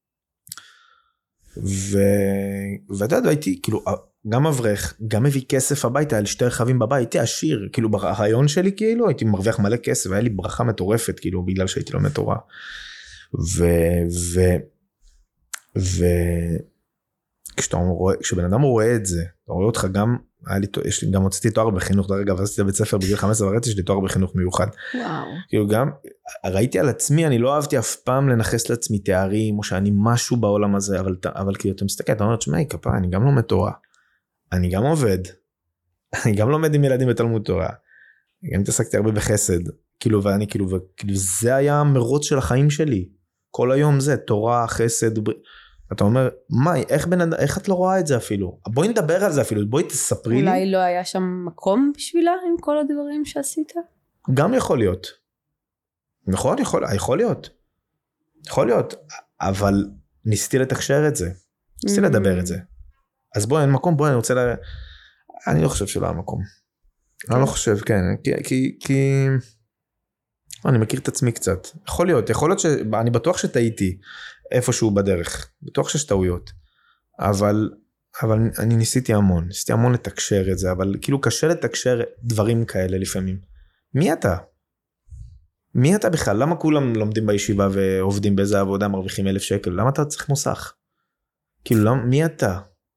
ואתה יודע, הייתי כאילו, גם אברך, גם מביא כסף הביתה, על 2 רכבים בבית, הייתי עשיר, כאילו ברעיון שלי כאילו, הייתי מרוויח מלא כסף, והיה לי ברכה מטורפת, כאילו בגלל שהייתי לומד תורה, וכשבן אדם רואה את זה, אתה רואה אותך גם, גם הוצאתי תואר בחינוך, דרך אגב, עשיתי בית ספר בגיל 15 ורציתי, יש לי תואר בחינוך מיוחד. וואו. כאילו גם, ראיתי על עצמי, אני לא אהבתי אף פעם לנחס לעצמי תארים, או שאני משהו בעולם הזה, אבל כאילו אתה מסתכל, אתה אומר, תשמעי, כפה, אני גם לומד תורה, אני גם עובד, אני גם לומד עם ילדים בתלמוד תורה, גם התעסקתי הרבה בחסד, כאילו, ואני כאילו, זה היה המרוץ של החיים שלי, כל היום זה, תורה, חסד, אתה אומר, איך את לא רואה את זה אפילו? בואי נדבר על זה אפילו, בואי תספרי לי. אולי לא היה שם מקום בשבילה עם כל הדברים שעשית? גם יכול להיות. נכון, יכול להיות. יכול להיות, אבל ניסיתי לתקשר את זה. ניסיתי לדבר את זה. אז בואי, אין מקום, בואי, אני רוצה אני לא חושב שלא היה מקום. אני לא חושב, כן, כי אני מכיר את עצמי קצת. יכול להיות אני בטוח שטעיתי איפשהו בדרך, בטוח שיש טעויות, אבל אני ניסיתי המון לתקשר את זה, אבל כאילו קשה לתקשר דברים כאלה לפעמים. מי אתה בכלל? למה כולם לומדים בישיבה ועובדים באיזה עבודה, מרוויחים 1,000 שקל? למה אתה צריך מוסך? כאילו, מי אתה?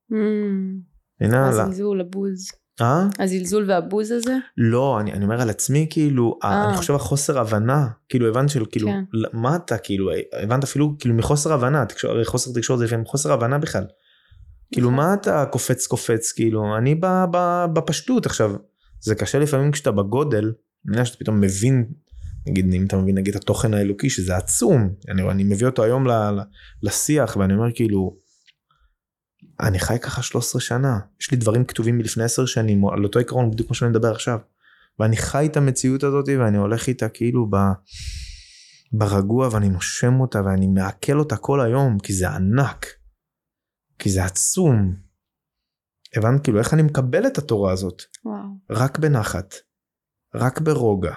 הזלזול, הבוז. הזלזול והבוז הזה? לא, אני אומר על עצמי, כאילו, אני חושב החוסר הבנה, כאילו, הבנת של, כאילו, מה אתה, כאילו, הבנת אפילו, כאילו, מחוסר הבנה, חוסר תקשורת זה לפעמים חוסר הבנה בכלל. כאילו, מה אתה קופץ, כאילו, אני בפשטות, עכשיו, זה קשה לפעמים כשאתה בגודל, שאתה פתאום מבין, נגיד, אם אתה מבין, נגיד, התוכן האלוקי, שזה עצום, אני מביא אותו היום לשיח, ואני אומר, כאילו, אני חי ככה 13 שנה, יש לי דברים כתובים מלפני 10 שנים, על אותו עיקרון בדיוק כמו שאני מדבר עכשיו, ואני חי את המציאות הזאת, ואני הולך איתה כאילו ברגוע, ואני נושם אותה, ואני מעכל אותה כל היום, כי זה ענק, כי זה עצום. הבנת כאילו איך אני מקבל את התורה הזאת? וואו. רק בנחת, רק ברוגע.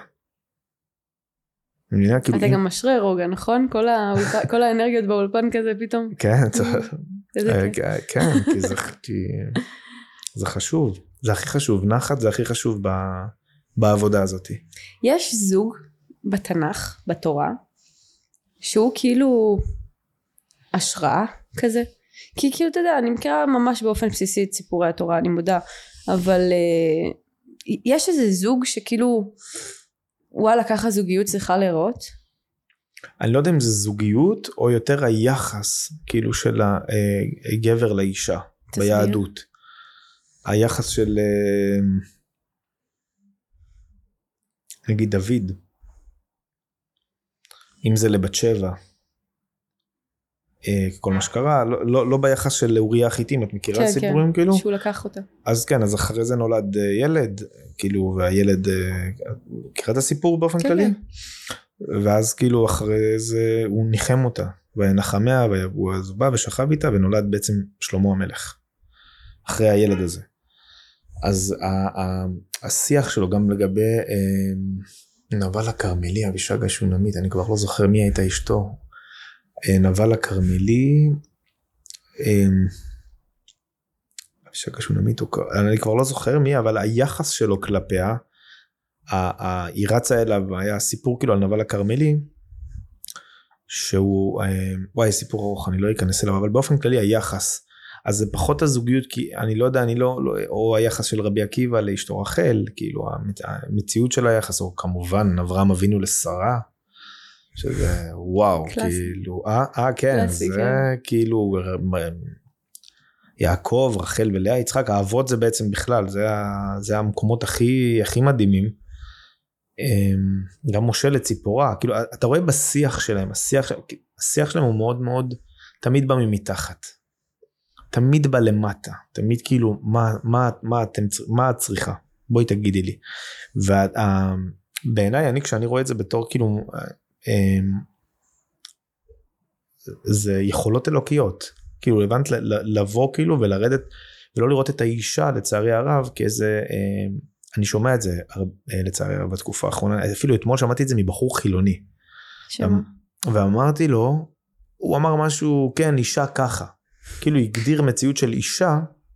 אתה גם משרה רוגע, נכון? כל האנרגיות באולפן כזה פתאום. כן, כן, כי זה חשוב, זה הכי חשוב, נחת זה הכי חשוב בעבודה הזאת. יש זוג בתנ"ך, בתורה, שהוא כאילו השראה כזה, כי כאילו אתה יודע, אני מכירה ממש באופן בסיסי את סיפורי התורה, אני מודה, אבל יש איזה זוג שכאילו, וואלה, ככה זוגיות צריכה להיראות? אני לא יודע אם זה זוגיות, או יותר היחס, כאילו של הגבר לאישה, ביהדות. היחס של, נגיד דוד, אם זה לבת שבע, כל מה שקרה, לא ביחס של אוריה החיתים, את מכירה סיפורים כאילו? כן, שהוא לקח אותה. אז כן, אז אחרי זה נולד ילד, כאילו, והילד, מכירה את הסיפור באופן כללי? ואז כאילו אחרי זה הוא ניחם אותה, ונחמיה, והוא בא ושכב איתה, ונולד בעצם שלמה המלך, אחרי הילד הזה. אז השיח שלו גם לגבי נבל הכרמלי, אבישג השונמית, אני כבר לא זוכר מי הייתה אשתו, נבל הכרמלי, אבישג השונמית, אני כבר לא זוכר מי, אבל היחס שלו כלפיה, היא רצה אליו, היה סיפור כאילו על נבל הכרמלי, שהוא, וואי, סיפור ארוך, אני לא אכנס אליו, אבל באופן כללי היחס, אז זה פחות הזוגיות, כי אני לא יודע, או היחס של רבי עקיבא לאשתו רחל, כאילו המציאות של היחס, או כמובן אברהם אבינו לשרה, שזה וואו, כאילו, כן, זה כאילו, יעקב, רחל ולאה, יצחק, האבות זה בעצם בכלל, זה המקומות הכי מדהימים, גם משה לציפורה, כאילו, אתה רואה בשיח שלהם, השיח שלהם הוא מאוד מאוד, תמיד בא ממתחת, תמיד בא למטה, תמיד כאילו, מה את צריכה? בואי תגידי לי. ובעיניי, כשאני רואה את זה בתור כאילו, זה יכולות אלוקיות, כאילו הבנת לבוא כאילו ולרדת, ולא לראות את האישה לצערי הרב, כאיזה, אני שומע את זה לצערי הרב בתקופה האחרונה, אפילו אתמול שמעתי את זה מבחור חילוני, ואמרתי לו, הוא אמר משהו, כן, אישה ככה, כאילו הגדיר מציאות של אישה,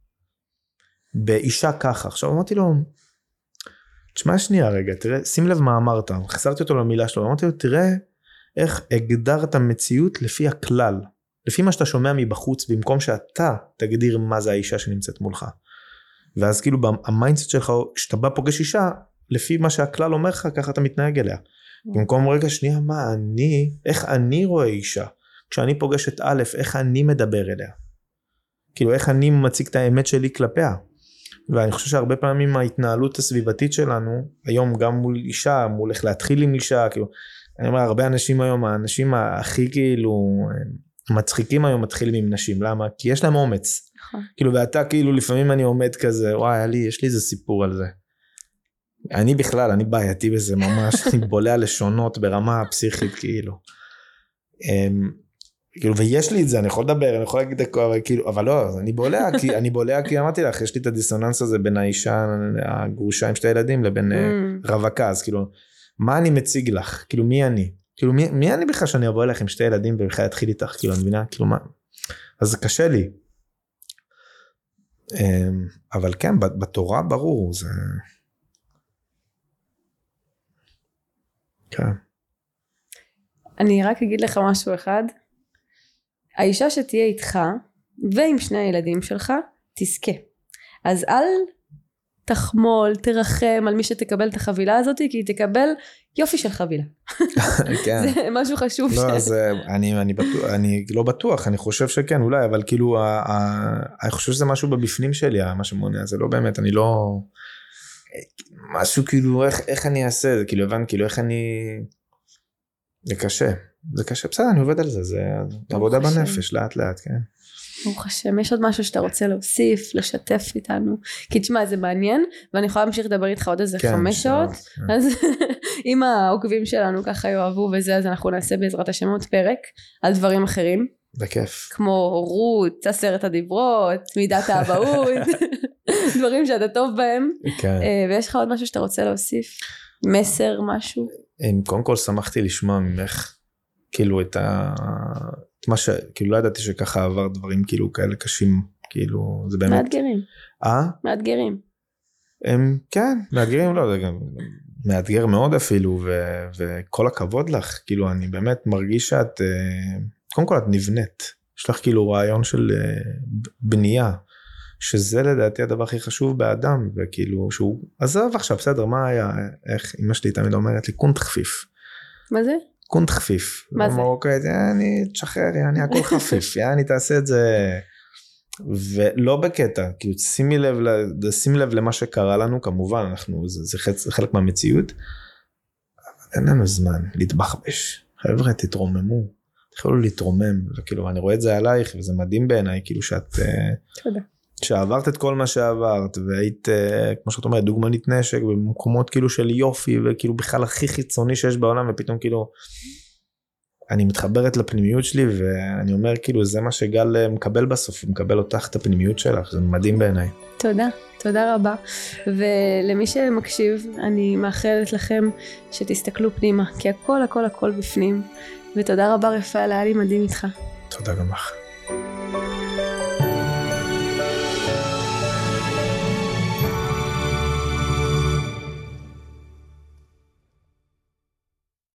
באישה ככה, עכשיו אמרתי לו, תשמע שנייה רגע, תראה, שים לב מה אמרת, חסרתי אותו למילה שלו, אמרתי לו, תראה איך הגדרת מציאות לפי הכלל, לפי מה שאתה שומע מבחוץ, במקום שאתה תגדיר מה זה האישה שנמצאת מולך. ואז כאילו המיינדסט שלך, כשאתה בא פוגש אישה, לפי מה שהכלל אומר לך, ככה אתה מתנהג אליה. במקום רגע שנייה, איך אני רואה אישה? כשאני פוגש את א', איך אני מדבר אליה? כאילו איך אני מציג את האמת שלי כלפיה? ואני חושב שהרבה פעמים ההתנהלות הסביבתית שלנו, היום גם מול אישה, מול איך להתחיל עם אישה, כאילו, אני אומר, הרבה אנשים היום, האנשים הכי כאילו, מצחיקים היום מתחילים עם נשים, למה? כי יש להם אומץ. כאילו, ואתה כאילו, לפעמים אני עומד כזה, וואי, יש לי איזה סיפור על זה. אני בכלל, אני בעייתי בזה ממש, אני בולע לשונות ברמה פסיכית, כאילו. כאילו, ויש לי את זה, אני יכול לדבר, אני יכול להגיד הכל, אבל לא, אני בולע כי אמרתי לך, יש לי את הדיסוננס הזה בין האישה הגרושה עם שתי ילדים לבין רווקה, אז כאילו, מה אני מציג לך? כאילו, מי אני? כאילו, מי אני בכלל שאני אבוא אליך עם שתי ילדים ובכלל אתחיל איתך? כאילו, אני מבינה, כאילו, מה? אז זה קשה לי. אבל כן, בתורה ברור, זה... כן. אני רק אגיד לך משהו אחד, האישה שתהיה איתך ועם שני הילדים שלך תזכה, אז אל תחמול, תרחם על מי שתקבל את החבילה הזאת, כי היא תקבל יופי של חבילה. זה משהו חשוב. לא, אז אני לא בטוח, אני חושב שכן אולי, אבל כאילו אני חושב שזה משהו בבפנים שלי, מה שמונע, זה לא באמת, אני לא... משהו כאילו איך אני אעשה, זה כאילו הבן, כאילו איך אני... זה קשה, בסדר, אני עובד על זה, זה עבודה בנפש, לאט לאט, כן. ברוך השם, יש עוד משהו שאתה רוצה להוסיף, לשתף איתנו, כי תשמע, זה מעניין, ואני יכולה להמשיך לדבר איתך עוד איזה 5 שעות, אז אם העוקבים שלנו ככה יאהבו וזה, אז אנחנו נעשה בעזרת השם עוד פרק, על דברים אחרים. בכיף. כמו הורות, 10 הדיברות, מידת האבהות, דברים שאתה טוב בהם, ויש לך עוד משהו שאתה רוצה להוסיף? מסר, משהו? קודם כל שמחתי לשמוע ממך, כאילו את מה ש... כאילו לא ידעתי שככה עבר דברים כאילו כאלה קשים, כאילו זה באמת... מאתגרים. מאתגרים. כן, מאתגרים, לא, זה גם מאתגר מאוד אפילו, וכל הכבוד לך, כאילו אני באמת מרגיש שאת, קודם כל את נבנית, יש לך כאילו רעיון של בנייה, שזה לדעתי הדבר הכי חשוב באדם, וכאילו שהוא, עזוב עכשיו, בסדר, מה היה, איך אמא שלי תמיד אומרת לי, קון תחפיף. מה זה? קון תחפיף. מה זה? במרוקאית, אני תשחרר, אני הכל חפיף, אני תעשה את זה, ולא בקטע, כאילו שימי לב למה שקרה לנו, כמובן, זה חלק מהמציאות, אבל אין לנו זמן להתבחבש, חבר'ה תתרוממו, תתחילו להתרומם, וכאילו אני רואה את זה עלייך, וזה מדהים בעיניי, כאילו שאת... תודה. שעברת את כל מה שעברת, והיית, כמו שאת אומרת, דוגמנית נשק, במקומות כאילו של יופי, וכאילו בכלל הכי חיצוני שיש בעולם, ופתאום כאילו, אני מתחברת לפנימיות שלי, ואני אומר כאילו, זה מה שגל מקבל בסוף, הוא מקבל אותך את הפנימיות שלך, זה מדהים בעיניי. תודה, תודה רבה, ולמי שמקשיב, אני מאחלת לכם שתסתכלו פנימה, כי הכל בפנים, ותודה רבה רפאל, היה לי מדהים איתך. תודה גם לך.